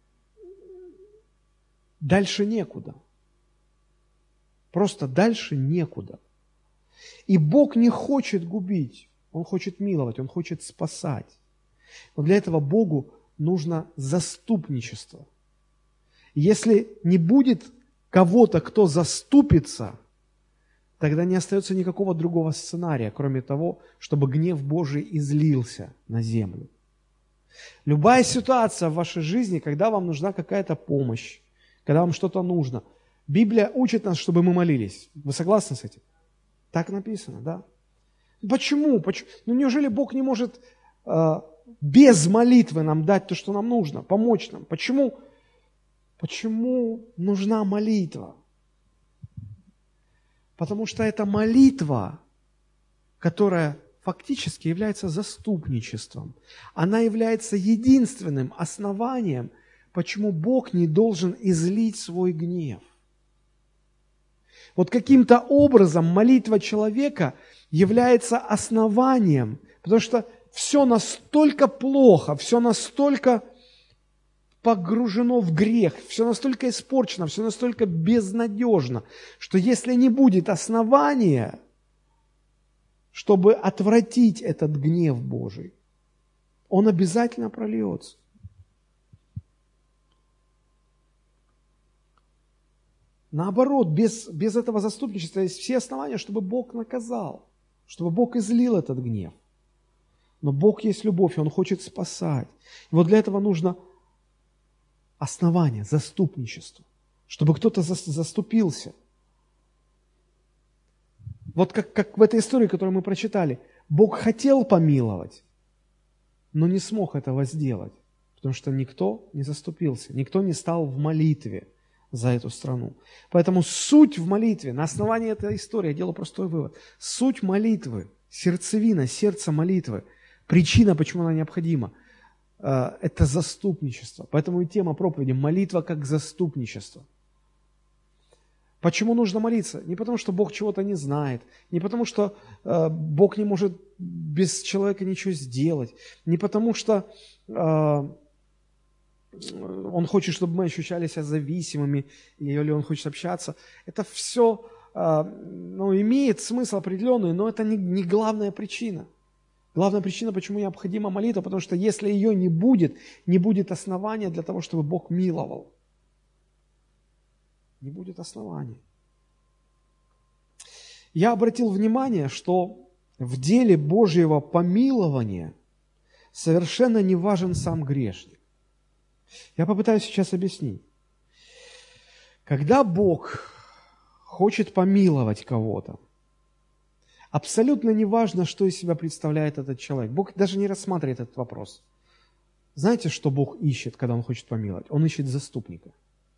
дальше некуда. Просто дальше некуда. И Бог не хочет губить, Он хочет миловать, Он хочет спасать. Но для этого Богу нужно заступничество. Если не будет кого-то, кто заступится, тогда не остается никакого другого сценария, кроме того, чтобы гнев Божий излился на землю. Любая ситуация в вашей жизни, когда вам нужна какая-то помощь, когда вам что-то нужно, Библия учит нас, чтобы мы молились. Вы согласны с этим? Так написано, да? Почему? Ну, неужели Бог не может без молитвы нам дать то, что нам нужно, помочь нам? Почему нужна молитва? Потому что это молитва, которая фактически является заступничеством. Она является единственным основанием, почему Бог не должен излить свой гнев. Вот каким-то образом молитва человека является основанием, потому что все настолько плохо, все настолько погружено в грех, все настолько испорчено, все настолько безнадежно, что если не будет основания, чтобы отвратить этот гнев Божий, он обязательно прольется. Наоборот, без этого заступничества есть все основания, чтобы Бог наказал, чтобы Бог излил этот гнев. Но Бог есть любовь, и Он хочет спасать. И вот для этого нужно основание, заступничество, чтобы кто-то заступился. Вот как в этой истории, которую мы прочитали, Бог хотел помиловать, но не смог этого сделать, потому что никто не заступился, никто не стал в молитве за эту страну. Поэтому суть в молитве, на основании этой истории я делаю простой вывод. Суть молитвы, сердцевина, сердце молитвы, причина, почему она необходима, это заступничество. Поэтому и тема проповеди – молитва как заступничество. Почему нужно молиться? Не потому, что Бог чего-то не знает, не потому, что Бог не может без человека ничего сделать, не потому, что Он хочет, чтобы мы ощущали себя зависимыми, или Он хочет общаться. Это все имеет смысл определенный, но это не главная причина. Главная причина, почему необходима молитва, потому что если ее не будет основания для того, чтобы Бог миловал. Не будет основания. Я обратил внимание, что в деле Божьего помилования совершенно не важен сам грешник. Я попытаюсь сейчас объяснить. Когда Бог хочет помиловать кого-то, абсолютно не важно, что из себя представляет этот человек. Бог даже не рассматривает этот вопрос. Знаете, что Бог ищет, когда Он хочет помиловать? Он ищет заступника.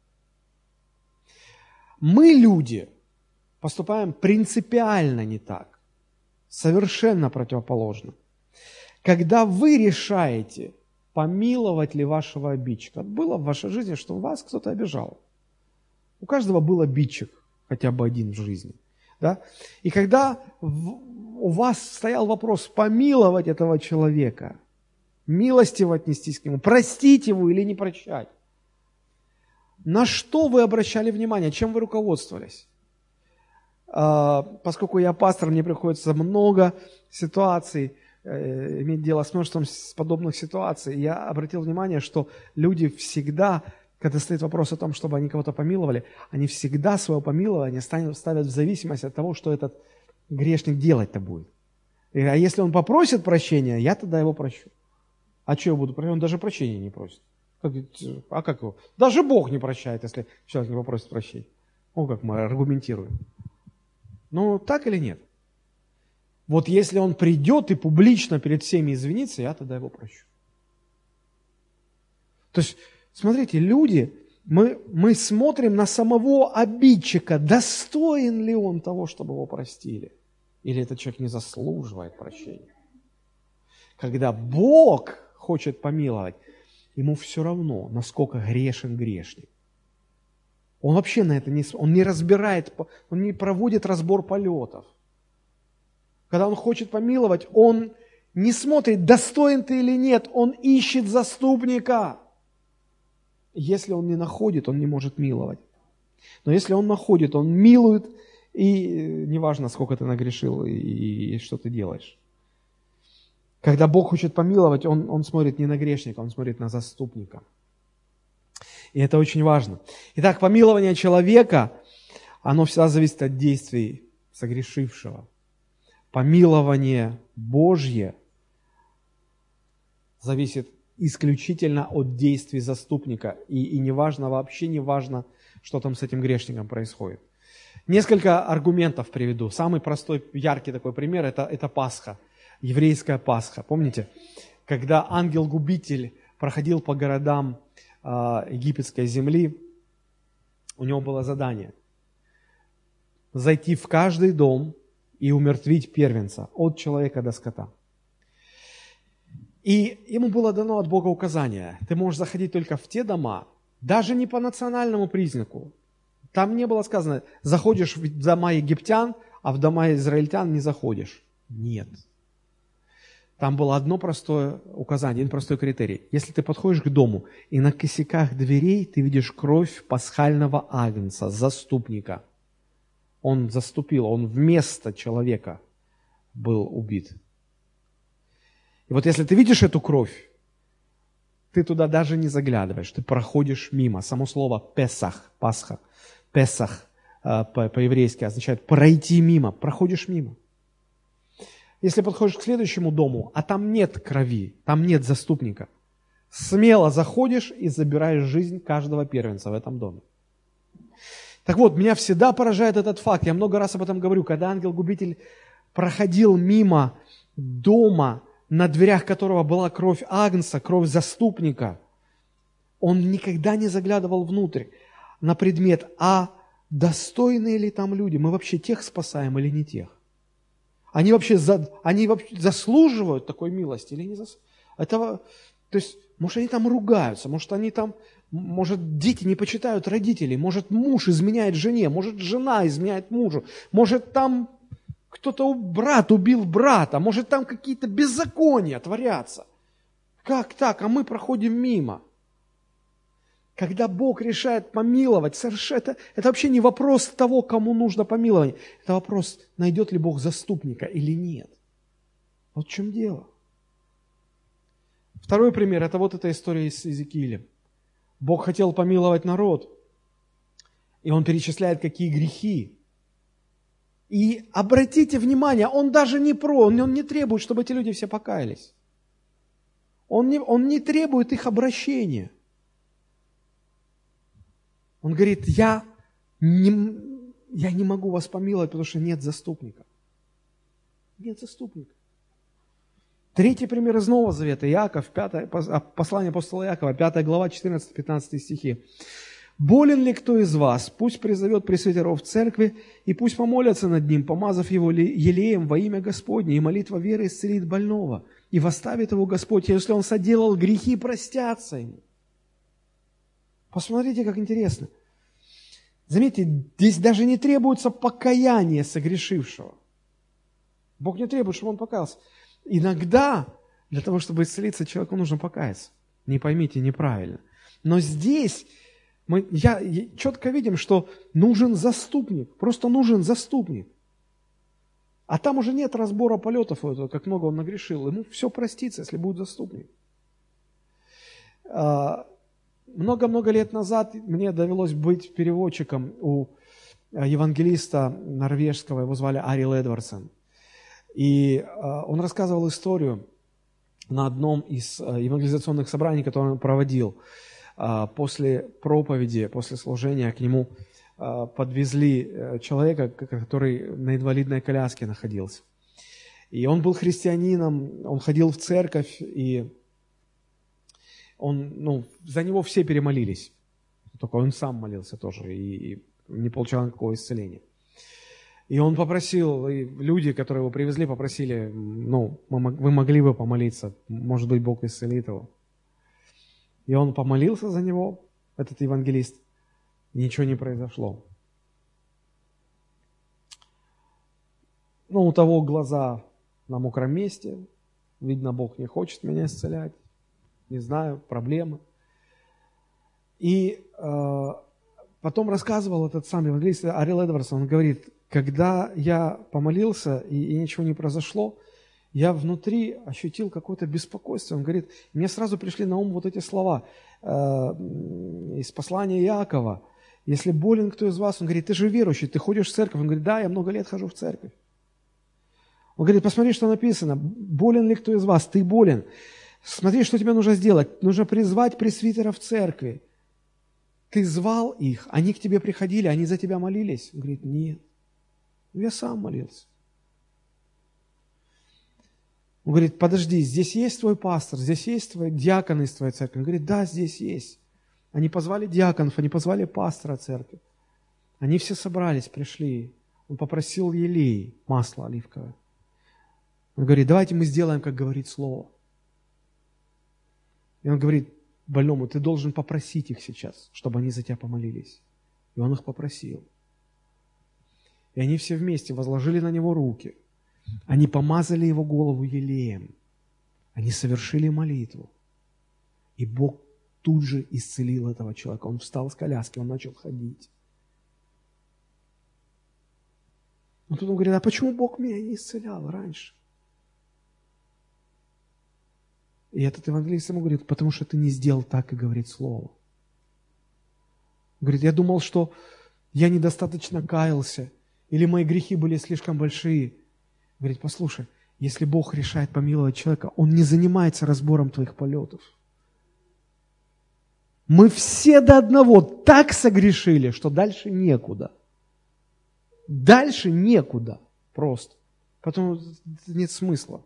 Мы, люди, поступаем принципиально не так, совершенно противоположно. Когда вы решаете помиловать ли вашего обидчика. Было в вашей жизни, что вас кто-то обижал. У каждого был обидчик, хотя бы один в жизни. Да? И когда у вас стоял вопрос помиловать этого человека, милостиво отнестись к нему, простить его или не прощать, на что вы обращали внимание, чем вы руководствовались? Поскольку я пастор, мне приходится много ситуаций, иметь дело с множеством подобных ситуаций, я обратил внимание, что люди всегда, когда стоит вопрос о том, чтобы они кого-то помиловали, они всегда свое помилование ставят в зависимость от того, что этот грешник делать-то будет. А если он попросит прощения, я тогда его прощу. А что я буду прощать? Он даже прощения не просит. А как его? Даже Бог не прощает, если человек не попросит прощения. О, как мы аргументируем. Ну, так или нет? Вот если он придет и публично перед всеми извинится, я тогда его прощу. То есть, смотрите, люди, мы смотрим на самого обидчика, достоин ли он того, чтобы его простили, или этот человек не заслуживает прощения. Когда Бог хочет помиловать, ему все равно, насколько грешен грешник. Он вообще на это он не разбирает, он не проводит разбор полетов. Когда он хочет помиловать, он не смотрит, достоин ты или нет, он ищет заступника. Если он не находит, он не может миловать. Но если он находит, он милует, и неважно, сколько ты нагрешил и что ты делаешь. Когда Бог хочет помиловать, он смотрит не на грешника, он смотрит на заступника. И это очень важно. Итак, помилование человека, оно всегда зависит от действий согрешившего. Помилование Божье зависит исключительно от действий заступника. И неважно, вообще не важно, что там с этим грешником происходит. Несколько аргументов приведу. Самый простой, яркий такой пример – это Пасха, еврейская Пасха. Помните, когда ангел-губитель проходил по городам египетской земли, у него было задание зайти в каждый дом и умертвить первенца от человека до скота. И ему было дано от Бога указание: ты можешь заходить только в те дома, даже не по национальному признаку. Там не было сказано, заходишь в дома египтян, а в дома израильтян не заходишь. Нет. Там было одно простое указание, один простой критерий. Если ты подходишь к дому, и на косяках дверей ты видишь кровь пасхального агнца, заступника. Он заступил, он вместо человека был убит. И вот если ты видишь эту кровь, ты туда даже не заглядываешь, ты проходишь мимо. Само слово «песах», «пасха», «песах» по-еврейски означает «пройти мимо», проходишь мимо. Если подходишь к следующему дому, а там нет крови, там нет заступника, смело заходишь и забираешь жизнь каждого первенца в этом доме. Так вот, меня всегда поражает этот факт, я много раз об этом говорю, когда ангел-губитель проходил мимо дома, на дверях которого была кровь агнца, кровь заступника, он никогда не заглядывал внутрь на предмет, а достойные ли там люди, мы вообще тех спасаем или не тех? Они вообще заслуживают такой милости или не заслуживают? То есть, может, они там ругаются, может, дети не почитают родителей, может, муж изменяет жене, может, жена изменяет мужу, может, там брат убил брата, может, там какие-то беззакония творятся. Как так? А мы проходим мимо. Когда Бог решает помиловать, это вообще не вопрос того, кому нужно помилование. Это вопрос, найдет ли Бог заступника или нет. Вот в чем дело. Второй пример, это вот эта история с Иезекиилем. Бог хотел помиловать народ, и Он перечисляет, какие грехи. И обратите внимание, Он даже он не требует, чтобы эти люди все покаялись. Он не требует их обращения. Он говорит, я не могу вас помиловать, потому что нет заступника. Нет заступника. Третий пример из Нового Завета, Иаков, послание апостола Иакова, 5 глава, 14-15 стихи. «Болен ли кто из вас? Пусть призовет пресвитеров в церкви, и пусть помолятся над ним, помазав его елеем во имя Господне, и молитва веры исцелит больного. и восставит его Господь, и если он соделал грехи, простятся ему. Посмотрите, как интересно. Заметьте, здесь даже не требуется покаяние согрешившего. Бог не требует, чтобы он покаялся. Иногда для того, чтобы исцелиться, человеку нужно покаяться. Не поймите неправильно. Но здесь мы четко видим, что нужен заступник. Просто нужен заступник. А там уже нет разбора полетов, как много он нагрешил. Ему все простится, если будет заступник. Много-много лет назад мне довелось быть переводчиком у евангелиста норвежского, его звали Арил Эдвардсон. И он рассказывал историю на одном из евангелизационных собраний, которые он проводил. После проповеди, после служения к нему подвезли человека, который на инвалидной коляске находился. И он был христианином, он ходил в церковь, и за него все перемолились. Только он сам молился тоже, и не получал никакого исцеления. И он попросил, и люди, которые его привезли, попросили, вы могли бы помолиться, может быть, Бог исцелит его. И он помолился за него, этот евангелист, и ничего не произошло. У того глаза на мокром месте, видно, Бог не хочет меня исцелять, не знаю, проблемы. И потом рассказывал этот сам евангелист Арил Эдвардсон, он говорит, когда я помолился и ничего не произошло, я внутри ощутил какое-то беспокойство. Он говорит, мне сразу пришли на ум вот эти слова из послания Иакова. Если болен кто из вас, он говорит, ты же верующий, ты ходишь в церковь. Он говорит, да, я много лет хожу в церковь. Он говорит, посмотри, что написано. Болен ли кто из вас? Ты болен. Смотри, что тебе нужно сделать. Нужно призвать пресвитера в церкви. Ты звал их, они к тебе приходили, они за тебя молились. Он говорит, нет. Я сам молился. Он говорит, подожди, здесь есть твой пастор, здесь есть твой диакон из твоей церкви. Он говорит, да, здесь есть. Они позвали диаконов, они позвали пастора церкви. Они все собрались, пришли. Он попросил елей, масло оливковое. Он говорит, давайте мы сделаем, как говорит слово. И он говорит больному, ты должен попросить их сейчас, чтобы они за тебя помолились. И он их попросил. И они все вместе возложили на него руки. Они помазали его голову елеем. Они совершили молитву. И Бог тут же исцелил этого человека. Он встал с коляски, он начал ходить. Но тут он говорит, а почему Бог меня не исцелял раньше? И этот евангелист ему говорит, потому что ты не сделал так, как говорит Слово. Он говорит, я думал, что я недостаточно каялся, или мои грехи были слишком большие. Говорит, послушай, если Бог решает помиловать человека, Он не занимается разбором твоих полетов. Мы все до одного так согрешили, что дальше некуда. Дальше некуда просто. Потому нет смысла.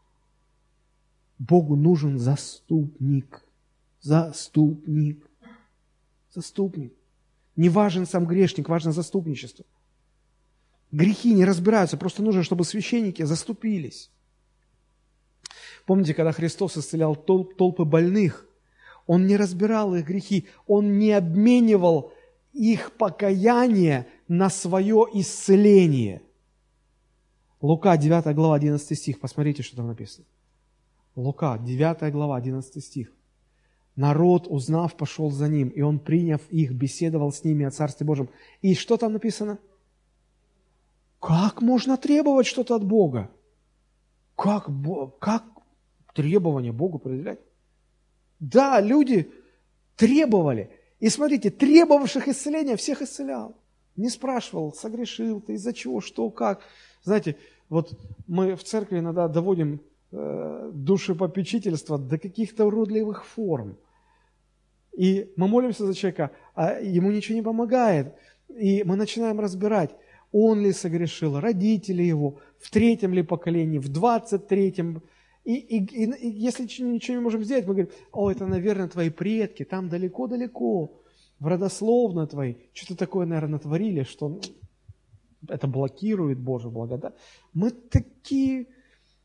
Богу нужен заступник. Заступник. Заступник. Не важен сам грешник, важно заступничество. Грехи не разбираются, просто нужно, чтобы священники заступились. Помните, когда Христос исцелял толпы больных, Он не разбирал их грехи, Он не обменивал их покаяние на свое исцеление. Лука, 9 глава, 11 стих, посмотрите, что там написано. Лука, 9 глава, 11 стих. Народ, узнав, пошел за Ним, и Он, приняв их, беседовал с ними о Царстве Божьем. И что там написано? Как можно требовать что-то от Бога? Как требование Богу определять? Да, люди требовали. И смотрите, требовавших исцеления всех исцелял. Не спрашивал, согрешил ты, из-за чего, что, как. Знаете, вот мы в церкви иногда доводим душепопечительство до каких-то уродливых форм. И мы молимся за человека, а ему ничего не помогает. И мы начинаем разбирать, он ли согрешил, родители его, в 3-м ли поколении, в 23-м. И если ничего не можем сделать, мы говорим, это, наверное, твои предки, там далеко-далеко, в родословно твои, что-то такое, наверное, натворили, что это блокирует Божью благодать. Мы такие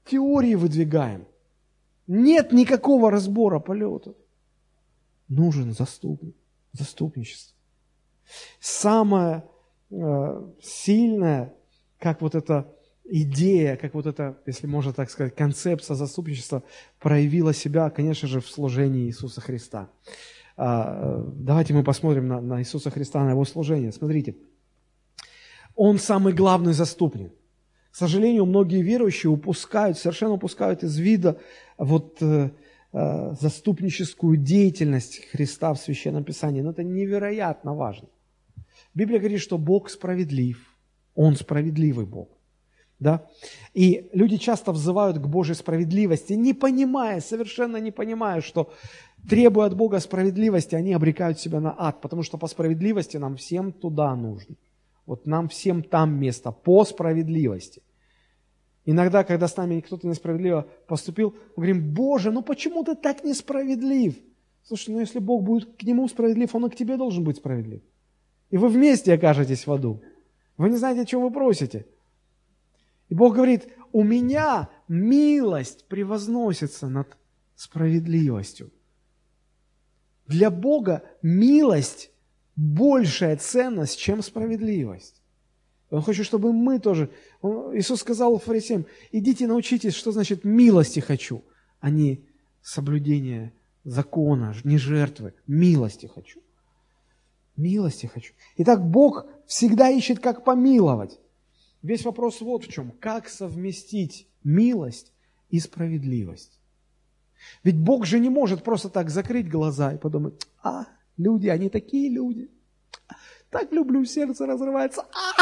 теории выдвигаем. Нет никакого разбора полетов. Нужен заступник, заступничество. Самое сильное, как вот эта идея, как вот эта, если можно так сказать, концепция заступничества проявила себя, конечно же, в служении Иисуса Христа. Давайте мы посмотрим на Иисуса Христа, на Его служение. Смотрите, Он самый главный заступник. К сожалению, многие верующие совершенно упускают из вида заступническую деятельность Христа в Священном Писании. Но это невероятно важно. Библия говорит, что Бог справедлив. Он справедливый Бог. Да? И люди часто взывают к Божьей справедливости, совершенно не понимая, что требуя от Бога справедливости, они обрекают себя на ад, потому что по справедливости нам всем туда нужно. Вот нам всем там место, по справедливости. Иногда, когда с нами кто-то несправедливо поступил, мы говорим: Боже, почему ты так несправедлив? Слушай, если Бог будет к нему справедлив, Он и к тебе должен быть справедлив. И вы вместе окажетесь в аду. Вы не знаете, о чем вы просите. И Бог говорит: у меня милость превозносится над справедливостью. Для Бога милость большая ценность, чем справедливость. Он хочет, чтобы мы тоже... Иисус сказал фарисеям: идите научитесь, что значит милости хочу, а не соблюдение закона, не жертвы. Милости хочу. Милости хочу. Итак, Бог всегда ищет, как помиловать. Весь вопрос вот в чем. Как совместить милость и справедливость? Ведь Бог же не может просто так закрыть глаза и подумать: люди, они такие люди. Так люблю, сердце разрывается.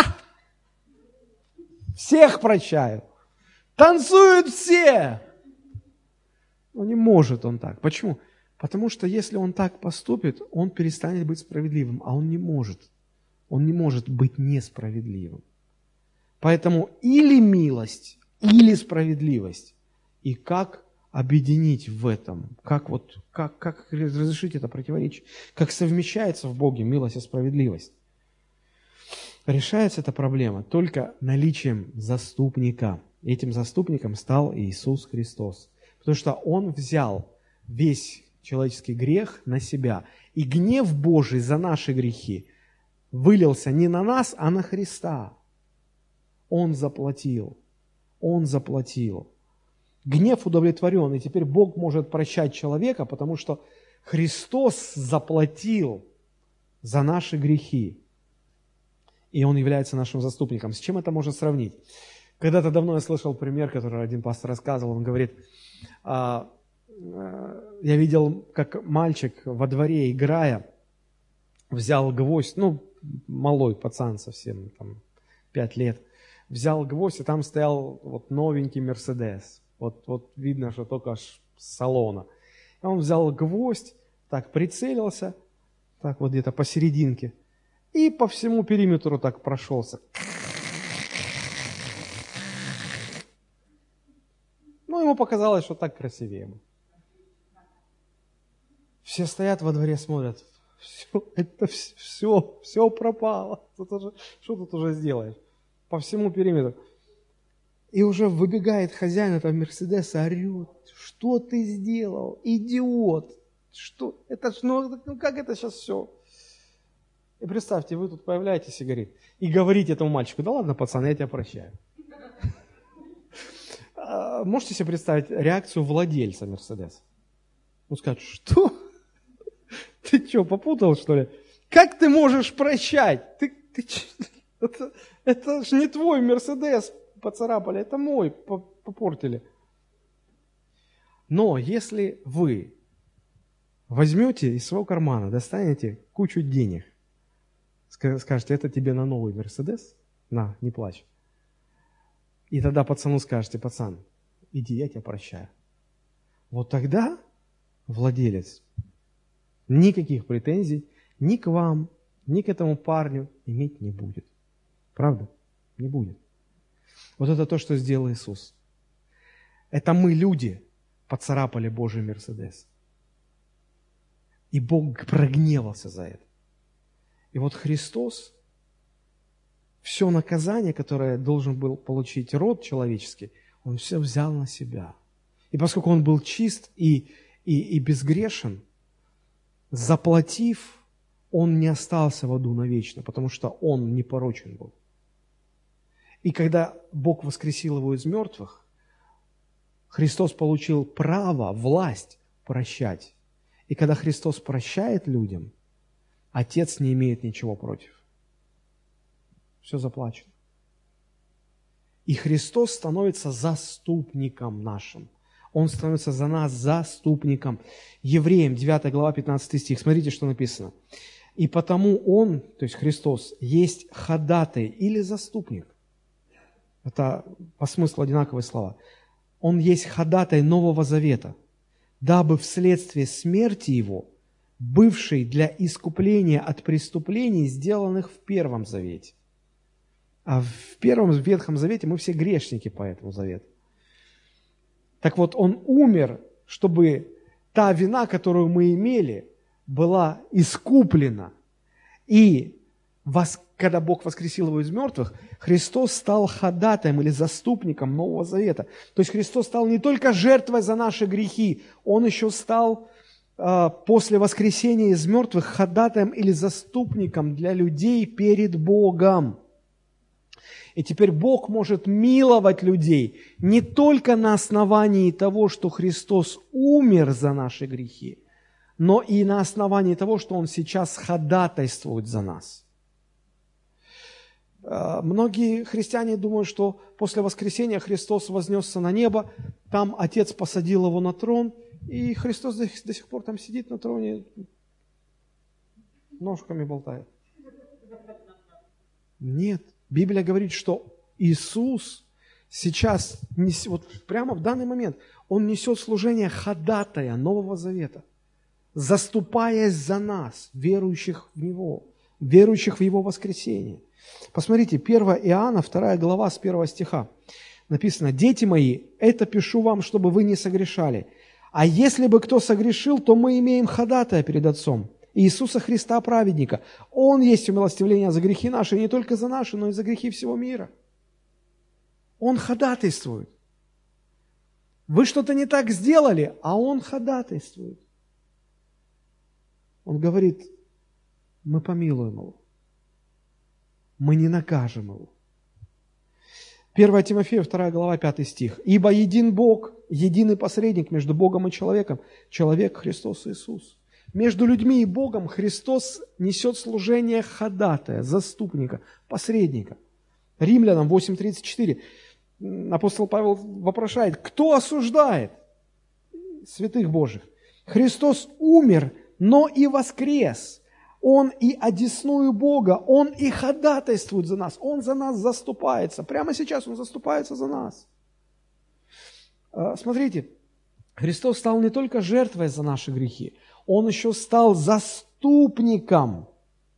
Всех прощаю. Танцуют все. Но не может Он так. Почему? Потому что если Он так поступит, Он перестанет быть справедливым, а Он не может. Он не может быть несправедливым. Поэтому или милость, или справедливость. И как объединить в этом? Как разрешить это противоречие? Как совмещается в Боге милость и справедливость? Решается эта проблема только наличием заступника. Этим заступником стал Иисус Христос. Потому что Он взял весь человеческий грех на себя. И гнев Божий за наши грехи вылился не на нас, а на Христа. Он заплатил. Он заплатил. Гнев удовлетворен, и теперь Бог может прощать человека, потому что Христос заплатил за наши грехи. И Он является нашим заступником. С чем это можно сравнить? Когда-то давно я слышал пример, который один пастор рассказывал. Он говорит: я видел, как мальчик во дворе, играя, взял гвоздь, малой пацан совсем, 5 лет, взял гвоздь, и там стоял новенький Мерседес. Вот видно, что только аж с салона. И он взял гвоздь, так прицелился, так вот где-то посерединке, и по всему периметру так прошелся. Ему показалось, что так красивее. Все стоят во дворе, смотрят. Все пропало. Что тут уже сделаешь? По всему периметру. И уже выбегает хозяин этого Мерседеса, орет: что ты сделал, идиот? Что? Как это сейчас все? И представьте, вы тут появляетесь и говорите этому мальчику: да ладно, пацан, я тебя прощаю. Можете себе представить реакцию владельца Мерседеса? Он скажет: что? Ты что, попутал, что ли? Как ты можешь прощать? Это же не твой Мерседес поцарапали, это мой попортили. Но если вы возьмете из своего кармана, достанете кучу денег, скажете: это тебе на новый Мерседес? На, не плачь. И тогда пацану скажете: пацан, иди, я тебя прощаю. Вот тогда владелец никаких претензий ни к вам, ни к этому парню иметь не будет. Правда? Не будет. Вот это то, что сделал Иисус. Это мы, люди, поцарапали Божий Мерседес. И Бог прогневался за это. И вот Христос, все наказание, которое должен был получить род человеческий, Он все взял на себя. И поскольку Он был чист и безгрешен, заплатив, Он не остался в аду навечно, потому что Он непорочен был. И когда Бог воскресил Его из мертвых, Христос получил право, власть прощать. И когда Христос прощает людям, Отец не имеет ничего против. Все заплачено. И Христос становится заступником нашим. Он становится за нас заступником. Евреям, 9 глава, 15 стих. Смотрите, что написано. «И потому Он, то есть Христос, есть ходатай или заступник». Это по смыслу одинаковые слова. Он есть ходатай Нового Завета, дабы вследствие смерти Его, бывшей для искупления от преступлений, сделанных в Первом Завете. А в Первом Ветхом Завете мы все грешники по этому завету. Так вот, Он умер, чтобы та вина, которую мы имели, была искуплена. И когда Бог воскресил Его из мертвых, Христос стал ходатаем или заступником Нового Завета. То есть Христос стал не только жертвой за наши грехи, Он еще стал после воскресения из мертвых ходатаем или заступником для людей перед Богом. И теперь Бог может миловать людей не только на основании того, что Христос умер за наши грехи, но и на основании того, что Он сейчас ходатайствует за нас. Многие христиане думают, что после воскресения Христос вознесся на небо, там Отец посадил Его на трон, и Христос до сих пор там сидит на троне, ножками болтает. Нет. Библия говорит, что Иисус сейчас, вот прямо в данный момент, Он несет служение ходатая Нового Завета, заступаясь за нас, верующих в Него, верующих в Его воскресение. Посмотрите, 1 Иоанна, 2 глава, с 1 стиха. Написано: «Дети мои, это пишу вам, чтобы вы не согрешали. А если бы кто согрешил, то мы имеем ходатая перед Отцом, Иисуса Христа, праведника. Он есть умилостивление за грехи наши, и не только за наши, но и за грехи всего мира». Он ходатайствует. Вы что-то не так сделали, а Он ходатайствует. Он говорит: мы помилуем Его, мы не накажем Его. 1 Тимофею, 2 глава, 5 стих. «Ибо един Бог, единый посредник между Богом и человеком, человек Христос Иисус». Между людьми и Богом Христос несет служение ходатая, заступника, посредника. Римлянам 8:34 апостол Павел вопрошает: кто осуждает святых Божьих? Христос умер, но и воскрес. Он и одесную Бога, Он и ходатайствует за нас, Он за нас заступается. Прямо сейчас Он заступается за нас. Смотрите, Христос стал не только жертвой за наши грехи, Он еще стал заступником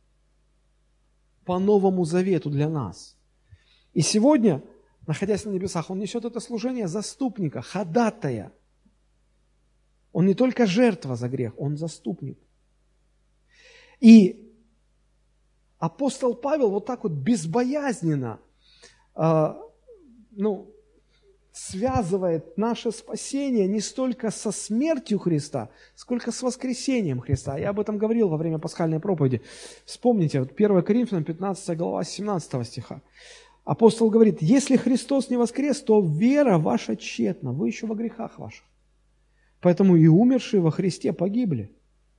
по Новому Завету для нас. И сегодня, находясь на небесах, Он несет это служение заступника, ходатая. Он не только жертва за грех, Он заступник. И апостол Павел вот так вот безбоязненно связывает наше спасение не столько со смертью Христа, сколько с воскресением Христа. Я об этом говорил во время пасхальной проповеди. Вспомните, 1 Коринфянам 15 глава 17 стиха. Апостол говорит: если Христос не воскрес, то вера ваша тщетна, вы еще во грехах ваших. Поэтому и умершие во Христе погибли.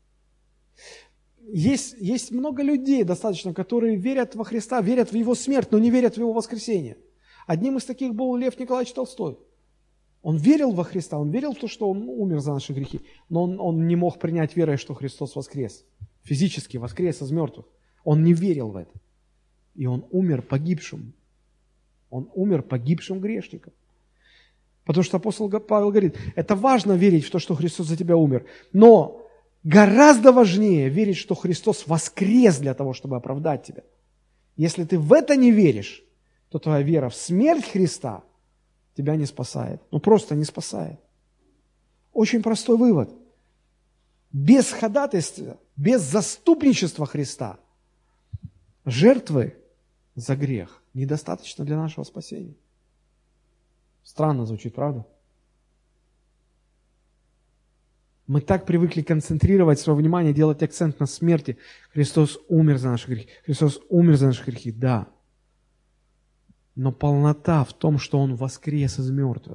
Есть много людей достаточно, которые верят во Христа, верят в Его смерть, но не верят в Его воскресение. Одним из таких был Лев Николаевич Толстой. Он верил во Христа, он верил в то, что Он умер за наши грехи, но он не мог принять верой, что Христос воскрес. Физически воскрес из мертвых. Он не верил в это. И он умер погибшим. Он умер погибшим грешником. Потому что апостол Павел говорит: это важно верить в то, что Христос за тебя умер, но гораздо важнее верить, что Христос воскрес для того, чтобы оправдать тебя. Если ты в это не веришь, то твоя вера в смерть Христа тебя не спасает. Просто не спасает. Очень простой вывод. Без ходатайства, без заступничества Христа, жертвы за грех недостаточно для нашего спасения. Странно звучит, правда? Мы так привыкли концентрировать свое внимание, делать акцент на смерти. Христос умер за наши грехи. Христос умер за наши грехи, да. Но полнота в том, что Он воскрес из мертвых.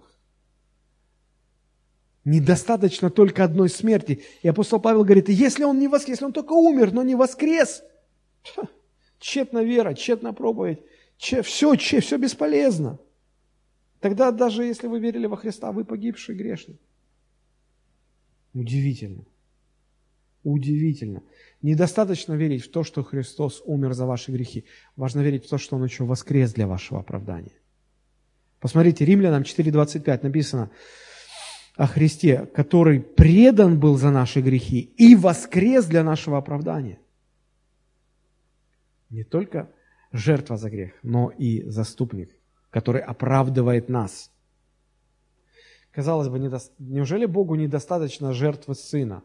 Недостаточно только одной смерти. И апостол Павел говорит, если Он не воскрес, если Он только умер, но не воскрес, тщетна вера, тщетна проповедь, все бесполезно. Тогда даже если вы верили во Христа, вы погибший грешник. Удивительно. Удивительно. Недостаточно верить в то, что Христос умер за ваши грехи. Важно верить в то, что Он еще воскрес для вашего оправдания. Посмотрите, Римлянам 4:25 написано о Христе, который предан был за наши грехи и воскрес для нашего оправдания. Не только жертва за грех, но и заступник, который оправдывает нас. Казалось бы, неужели Богу недостаточно жертвы Сына,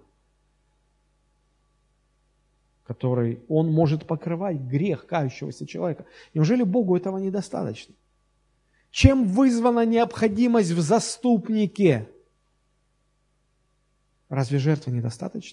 который Он может покрывать грех кающегося человека? Неужели Богу этого недостаточно? Чем вызвана необходимость в заступнике? Разве жертвы недостаточно?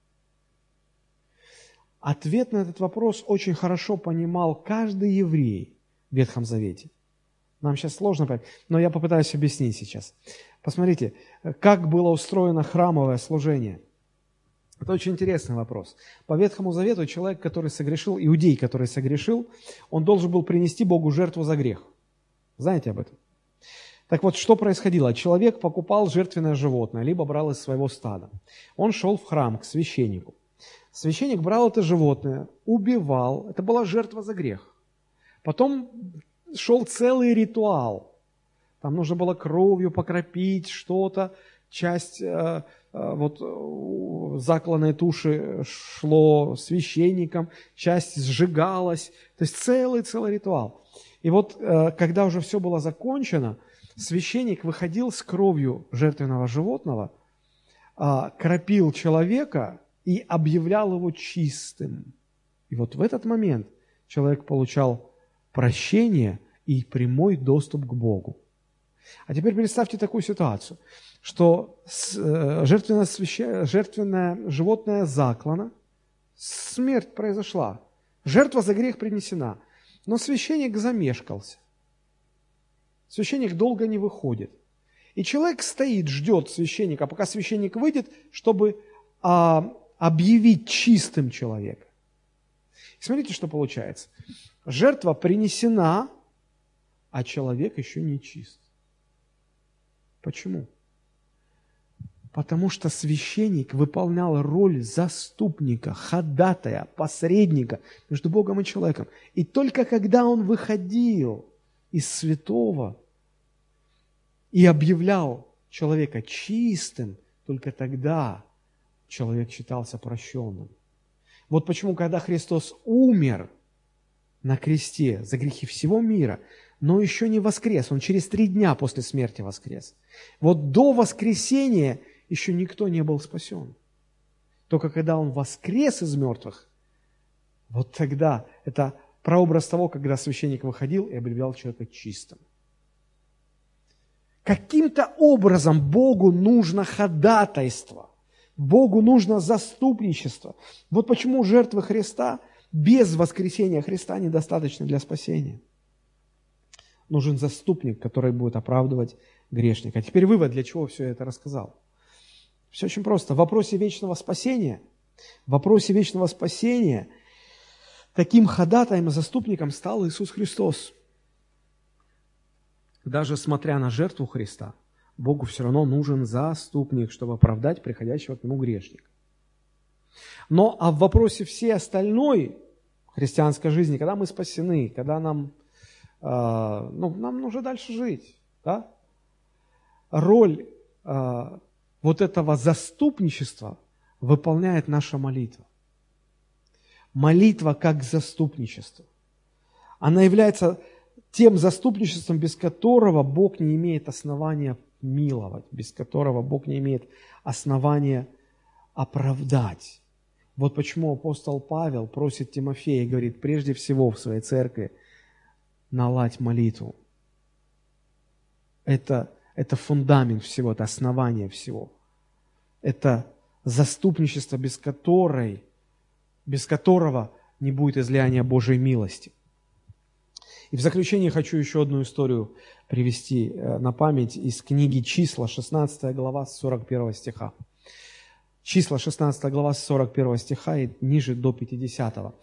Ответ на этот вопрос очень хорошо понимал каждый еврей в Ветхом Завете. Нам сейчас сложно понять, но я попытаюсь объяснить сейчас. Посмотрите, как было устроено храмовое служение. Это очень интересный вопрос. По Ветхому Завету человек, который согрешил, иудей, который согрешил, он должен был принести Богу жертву за грех. Знаете об этом? Так вот, что происходило? Человек покупал жертвенное животное, либо брал из своего стада. Он шел в храм к священнику. Священник брал это животное, убивал. Это была жертва за грех. Потом шел целый ритуал. Там нужно было кровью покропить что-то. Часть закланной туши шло священникам, часть сжигалась. То есть целый ритуал. И вот, когда уже все было закончено, священник выходил с кровью жертвенного животного, кропил человека и объявлял его чистым. И вот в этот момент человек получал прощение и прямой доступ к Богу. А теперь представьте такую ситуацию, что жертвенное животное заклано, смерть произошла, жертва за грех принесена, но священник замешкался. Священник долго не выходит. И человек стоит, ждет священника, пока священник выйдет, чтобы объявить чистым человека. И смотрите, что получается. Жертва принесена, а человек еще не чист. Почему? Потому что священник выполнял роль заступника, ходатая, посредника между Богом и человеком. И только когда он выходил из святого и объявлял человека чистым, только тогда человек считался прощенным. Вот почему, когда Христос умер на кресте за грехи всего мира, но еще не воскрес, Он через 3 дня после смерти воскрес. Вот до воскресения еще никто не был спасен. Только когда Он воскрес из мертвых, вот тогда это прообраз того, когда священник выходил и объявлял человека чистым. Каким-то образом Богу нужно ходатайство, Богу нужно заступничество. Вот почему жертвы Христа без воскресения Христа недостаточно для спасения. Нужен заступник, который будет оправдывать грешника. А теперь вывод, для чего все это рассказал. Все очень просто. В вопросе вечного спасения, таким ходатаем и заступником стал Иисус Христос. Даже смотря на жертву Христа, Богу все равно нужен заступник, чтобы оправдать приходящего к Нему грешника. Но в вопросе всей остальной христианской жизни, когда мы спасены, когда нам нужно дальше жить, да? Роль вот этого заступничества выполняет наша молитва. Молитва как заступничество. Она является тем заступничеством, без которого Бог не имеет основания миловать, без которого Бог не имеет основания оправдать. Вот почему апостол Павел просит Тимофея и говорит, прежде всего в своей церкви наладь молитву. это фундамент всего, это основание всего. Это заступничество, без которого не будет излияния Божьей милости. И в заключение хочу еще одну историю привести на память из книги «Числа», 16 глава, с 41 стиха. Числа, 16 глава, с 41 стиха и ниже до 50.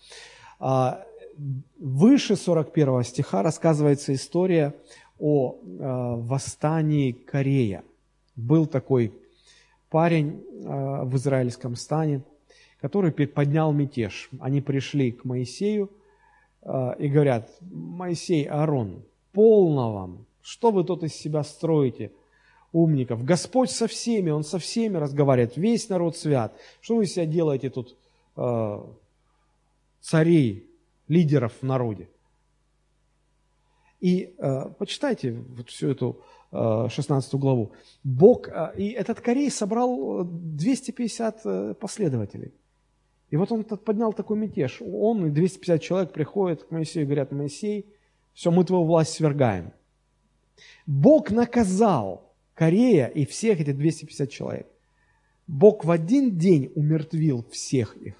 Выше 41 стиха рассказывается история о восстании Корея. Был такой парень в израильском стане, который поднял мятеж. Они пришли к Моисею и говорят: Моисей, Аарон, полно вам, что вы тут из себя строите, умников? Господь со всеми, Он со всеми разговаривает, весь народ свят. Что вы из себя делаете тут царей, лидеров в народе? И почитайте вот всю эту 16 главу. Бог, и этот Корей собрал 250 последователей. И вот он поднял такой мятеж. Он и 250 человек приходят к Моисею и говорят: Моисей, все, мы твою власть свергаем. Бог наказал Корея и всех этих 250 человек. Бог в один день умертвил всех их.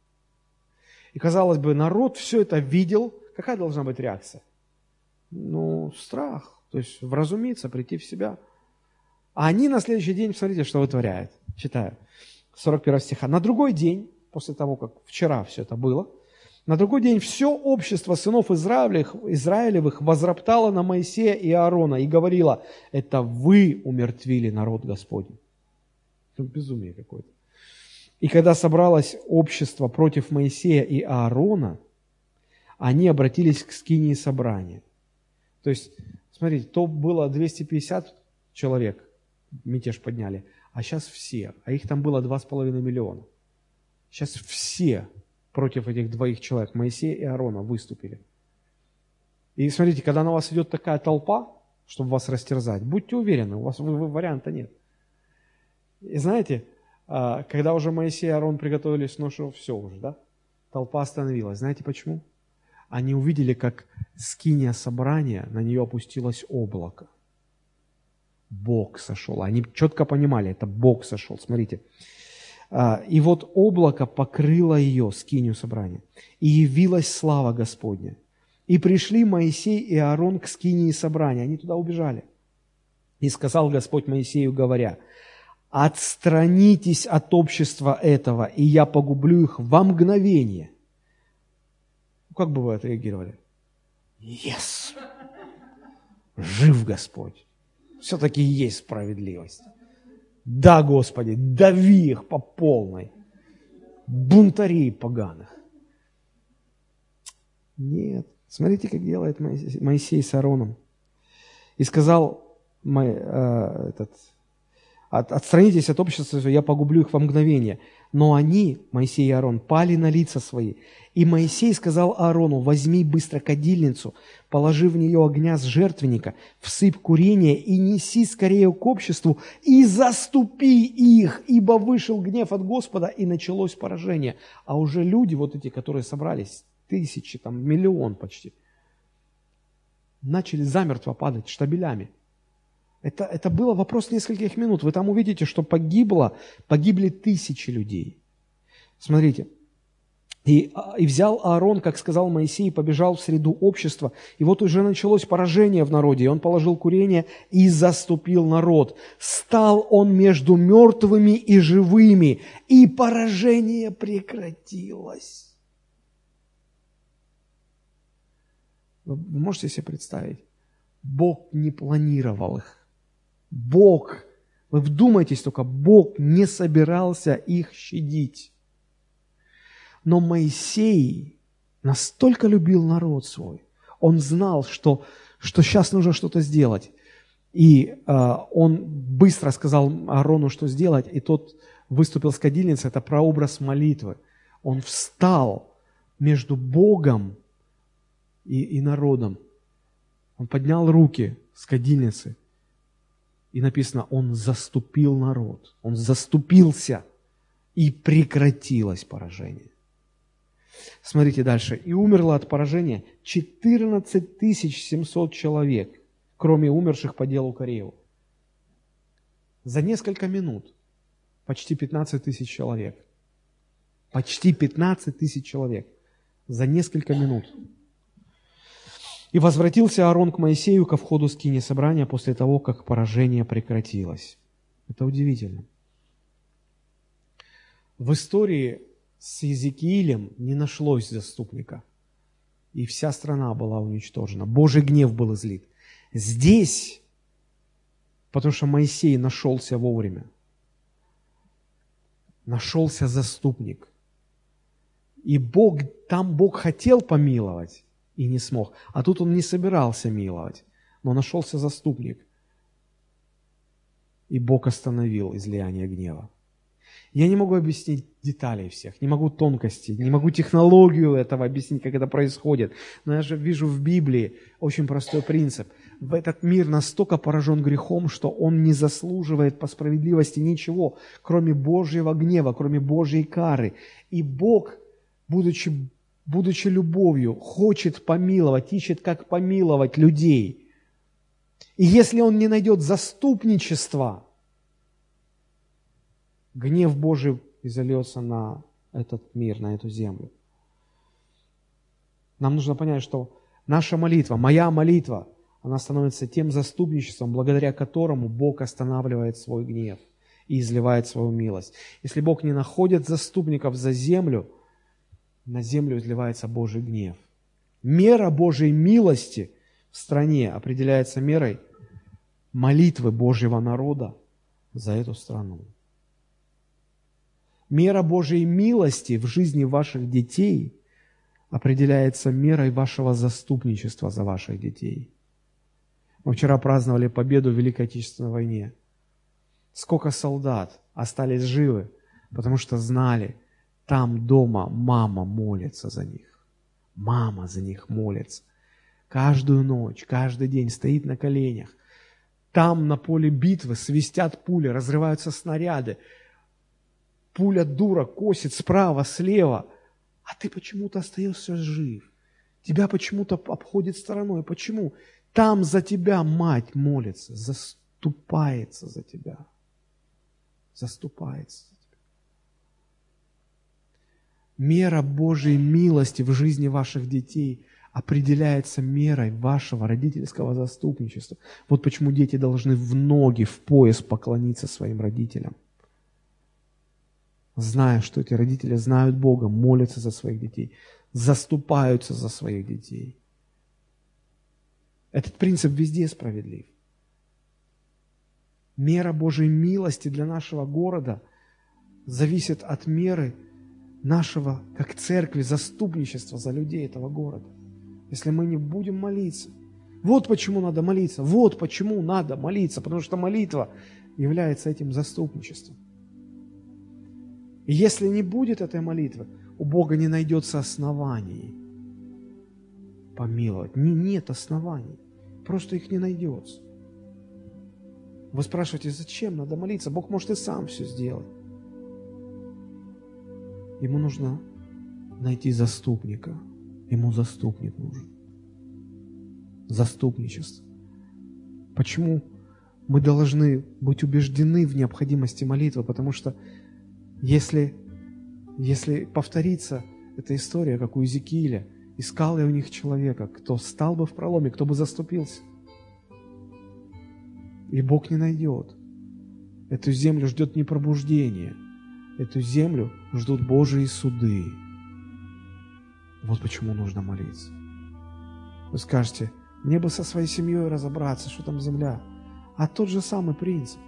И, казалось бы, народ все это видел. Какая должна быть реакция? Ну, страх. То есть вразумиться, прийти в себя. А они на следующий день, смотрите, что вытворяют. Читаю. 41 стиха. На другой день, после того, как вчера все это было, на другой день все общество сынов Израилевых возроптало на Моисея и Аарона и говорило: это вы умертвили народ Господень. Безумие какое-то. И когда собралось общество против Моисея и Аарона, они обратились к скинии собрания. То есть, смотрите, то было 250 человек, мятеж подняли, а сейчас все, а их там было 2,5 миллиона. Сейчас все против этих двоих человек, Моисея и Аарона, выступили. И смотрите, когда на вас идет такая толпа, чтобы вас растерзать, будьте уверены, у вас варианта нет. И знаете, когда уже Моисей и Аарон приготовились, ну что, все уже, да? Толпа остановилась. Знаете почему? Они увидели, как скиния собрания, на нее опустилось облако. Бог сошел. Они четко понимали, это Бог сошел. Смотрите. И вот облако покрыло ее, скинию собрания, и явилась слава Господня. И пришли Моисей и Аарон к скинии собрания. Они туда убежали. И сказал Господь Моисею, говоря: отстранитесь от общества этого, и я погублю их во мгновение. Как бы вы отреагировали? Yes! Жив Господь! Все-таки есть справедливость. Да, Господи, дави их по полной. Бунтарей поганых. Нет. Смотрите, как делает Моисей с Аароном. И сказал: отстранитесь от общества, я погублю их во мгновение. Но они, Моисей и Аарон, пали на лица свои. И Моисей сказал Аарону: возьми быстро кадильницу, положи в нее огня с жертвенника, всыпь курение и неси скорее к обществу, и заступи их, ибо вышел гнев от Господа, и началось поражение. А уже люди, вот эти, которые собрались, тысячи, там, миллион почти, начали замертво падать штабелями. Это было вопрос нескольких минут. Вы там увидите, что погибли тысячи людей. Смотрите. И взял Аарон, как сказал Моисей, и побежал в среду общества. И вот уже началось поражение в народе. И он положил курение и заступил народ. Стал он между мертвыми и живыми, и поражение прекратилось. Вы можете себе представить? Бог не планировал их. Бог, вы вдумайтесь только, Бог не собирался их щадить. Но Моисей настолько любил народ свой, он знал, что сейчас нужно что-то сделать. И он быстро сказал Аарону, что сделать, и тот выступил с кадильницей, это прообраз молитвы. Он встал между Богом и народом. Он поднял руки с кадильницы. И написано, он заступил народ. Он заступился, и прекратилось поражение. Смотрите дальше. И умерло от поражения 14 700 человек, кроме умерших по делу Корееву. За несколько минут почти 15 тысяч человек. Почти 15 тысяч человек. За несколько минут. «И возвратился Аарон к Моисею ко входу скинии собрания после того, как поражение прекратилось». Это удивительно. В истории с Иезекиилем не нашлось заступника. И вся страна была уничтожена. Божий гнев был излит. Здесь, потому что Моисей нашелся вовремя, нашелся заступник. И там Бог хотел помиловать и не смог. А тут он не собирался миловать, но нашелся заступник. И Бог остановил излияние гнева. Я не могу объяснить деталей всех, не могу тонкостей, не могу технологию этого объяснить, как это происходит. Но я же вижу в Библии очень простой принцип. Этот мир настолько поражен грехом, что он не заслуживает по справедливости ничего, кроме Божьего гнева, кроме Божьей кары. И Бог, будучи любовью, хочет помиловать, ищет, как помиловать людей. И если он не найдет заступничества, гнев Божий изольется на этот мир, на эту землю. Нам нужно понять, что наша молитва, моя молитва, она становится тем заступничеством, благодаря которому Бог останавливает свой гнев и изливает свою милость. Если Бог не находит заступников за землю, на землю изливается Божий гнев. Мера Божьей милости в стране определяется мерой молитвы Божьего народа за эту страну. Мера Божьей милости в жизни ваших детей определяется мерой вашего заступничества за ваших детей. Мы вчера праздновали победу в Великой Отечественной войне. Сколько солдат остались живы, потому что знали, там дома мама молится за них. Мама за них молится. Каждую ночь, каждый день стоит на коленях. Там на поле битвы свистят пули, разрываются снаряды. Пуля дура косит справа, слева, а ты почему-то остаешься жив. Тебя почему-то обходит стороной. Почему? Там за тебя мать молится, заступается за тебя. Заступается за тебя. Мера Божьей милости в жизни ваших детей определяется мерой вашего родительского заступничества. Вот почему дети должны в ноги, в пояс поклониться своим родителям. Зная, что эти родители знают Бога, молятся за своих детей, заступаются за своих детей. Этот принцип везде справедлив. Мера Божьей милости для нашего города зависит от меры нашего, как церкви, заступничества за людей этого города. Если мы не будем молиться, вот почему надо молиться, вот почему надо молиться, потому что молитва является этим заступничеством. И если не будет этой молитвы, у Бога не найдется оснований помиловать. Нет оснований. Просто их не найдется. Вы спрашиваете, зачем надо молиться? Бог может и сам все сделать. Ему нужно найти заступника. Ему заступник нужен. Заступничество. Почему мы должны быть убеждены в необходимости молитвы? Потому что если повторится эта история, как у Иезекииля, искал я у них человека, кто стал бы в проломе, кто бы заступился. И Бог не найдет. Эту землю ждет не пробуждение. Эту землю ждут Божьи суды. Вот почему нужно молиться. Вы скажете, мне бы со своей семьей разобраться, что там земля. А тот же самый принцип.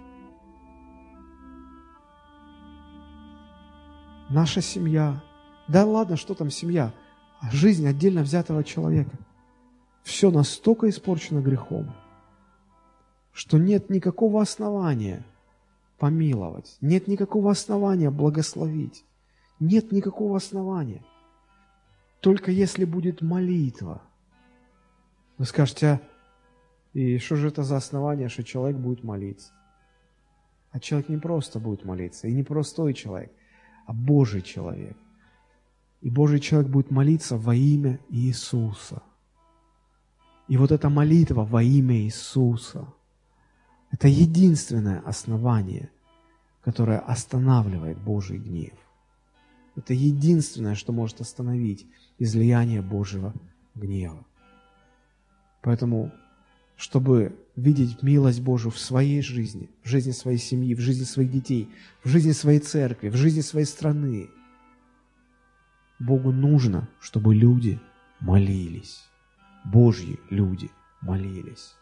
Наша семья. Да ладно, что там семья? Жизнь отдельно взятого человека. Все настолько испорчено грехом, что нет никакого основания помиловать. Нет никакого основания благословить. Нет никакого основания. Только если будет молитва. Вы скажете, и что же это за основание, что человек будет молиться? А человек не просто будет молиться, и не простой человек, а Божий человек. И Божий человек будет молиться во имя Иисуса. И вот эта молитва во имя Иисуса – это единственное основание, которое останавливает Божий гнев. Это единственное, что может остановить излияние Божьего гнева. Поэтому, чтобы видеть милость Божию в своей жизни, в жизни своей семьи, в жизни своих детей, в жизни своей церкви, в жизни своей страны, Богу нужно, чтобы люди молились. Божьи люди молились.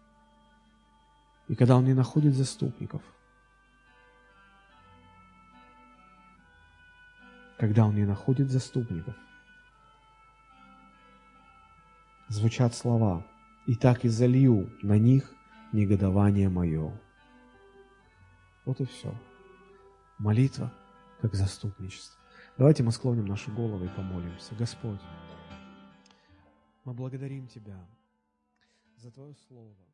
И когда Он не находит заступников, звучат слова: «И так и залью на них негодование мое». Вот и все. Молитва как заступничество. Давайте мы склоним наши головы и помолимся. Господь, мы благодарим Тебя за Твое Слово.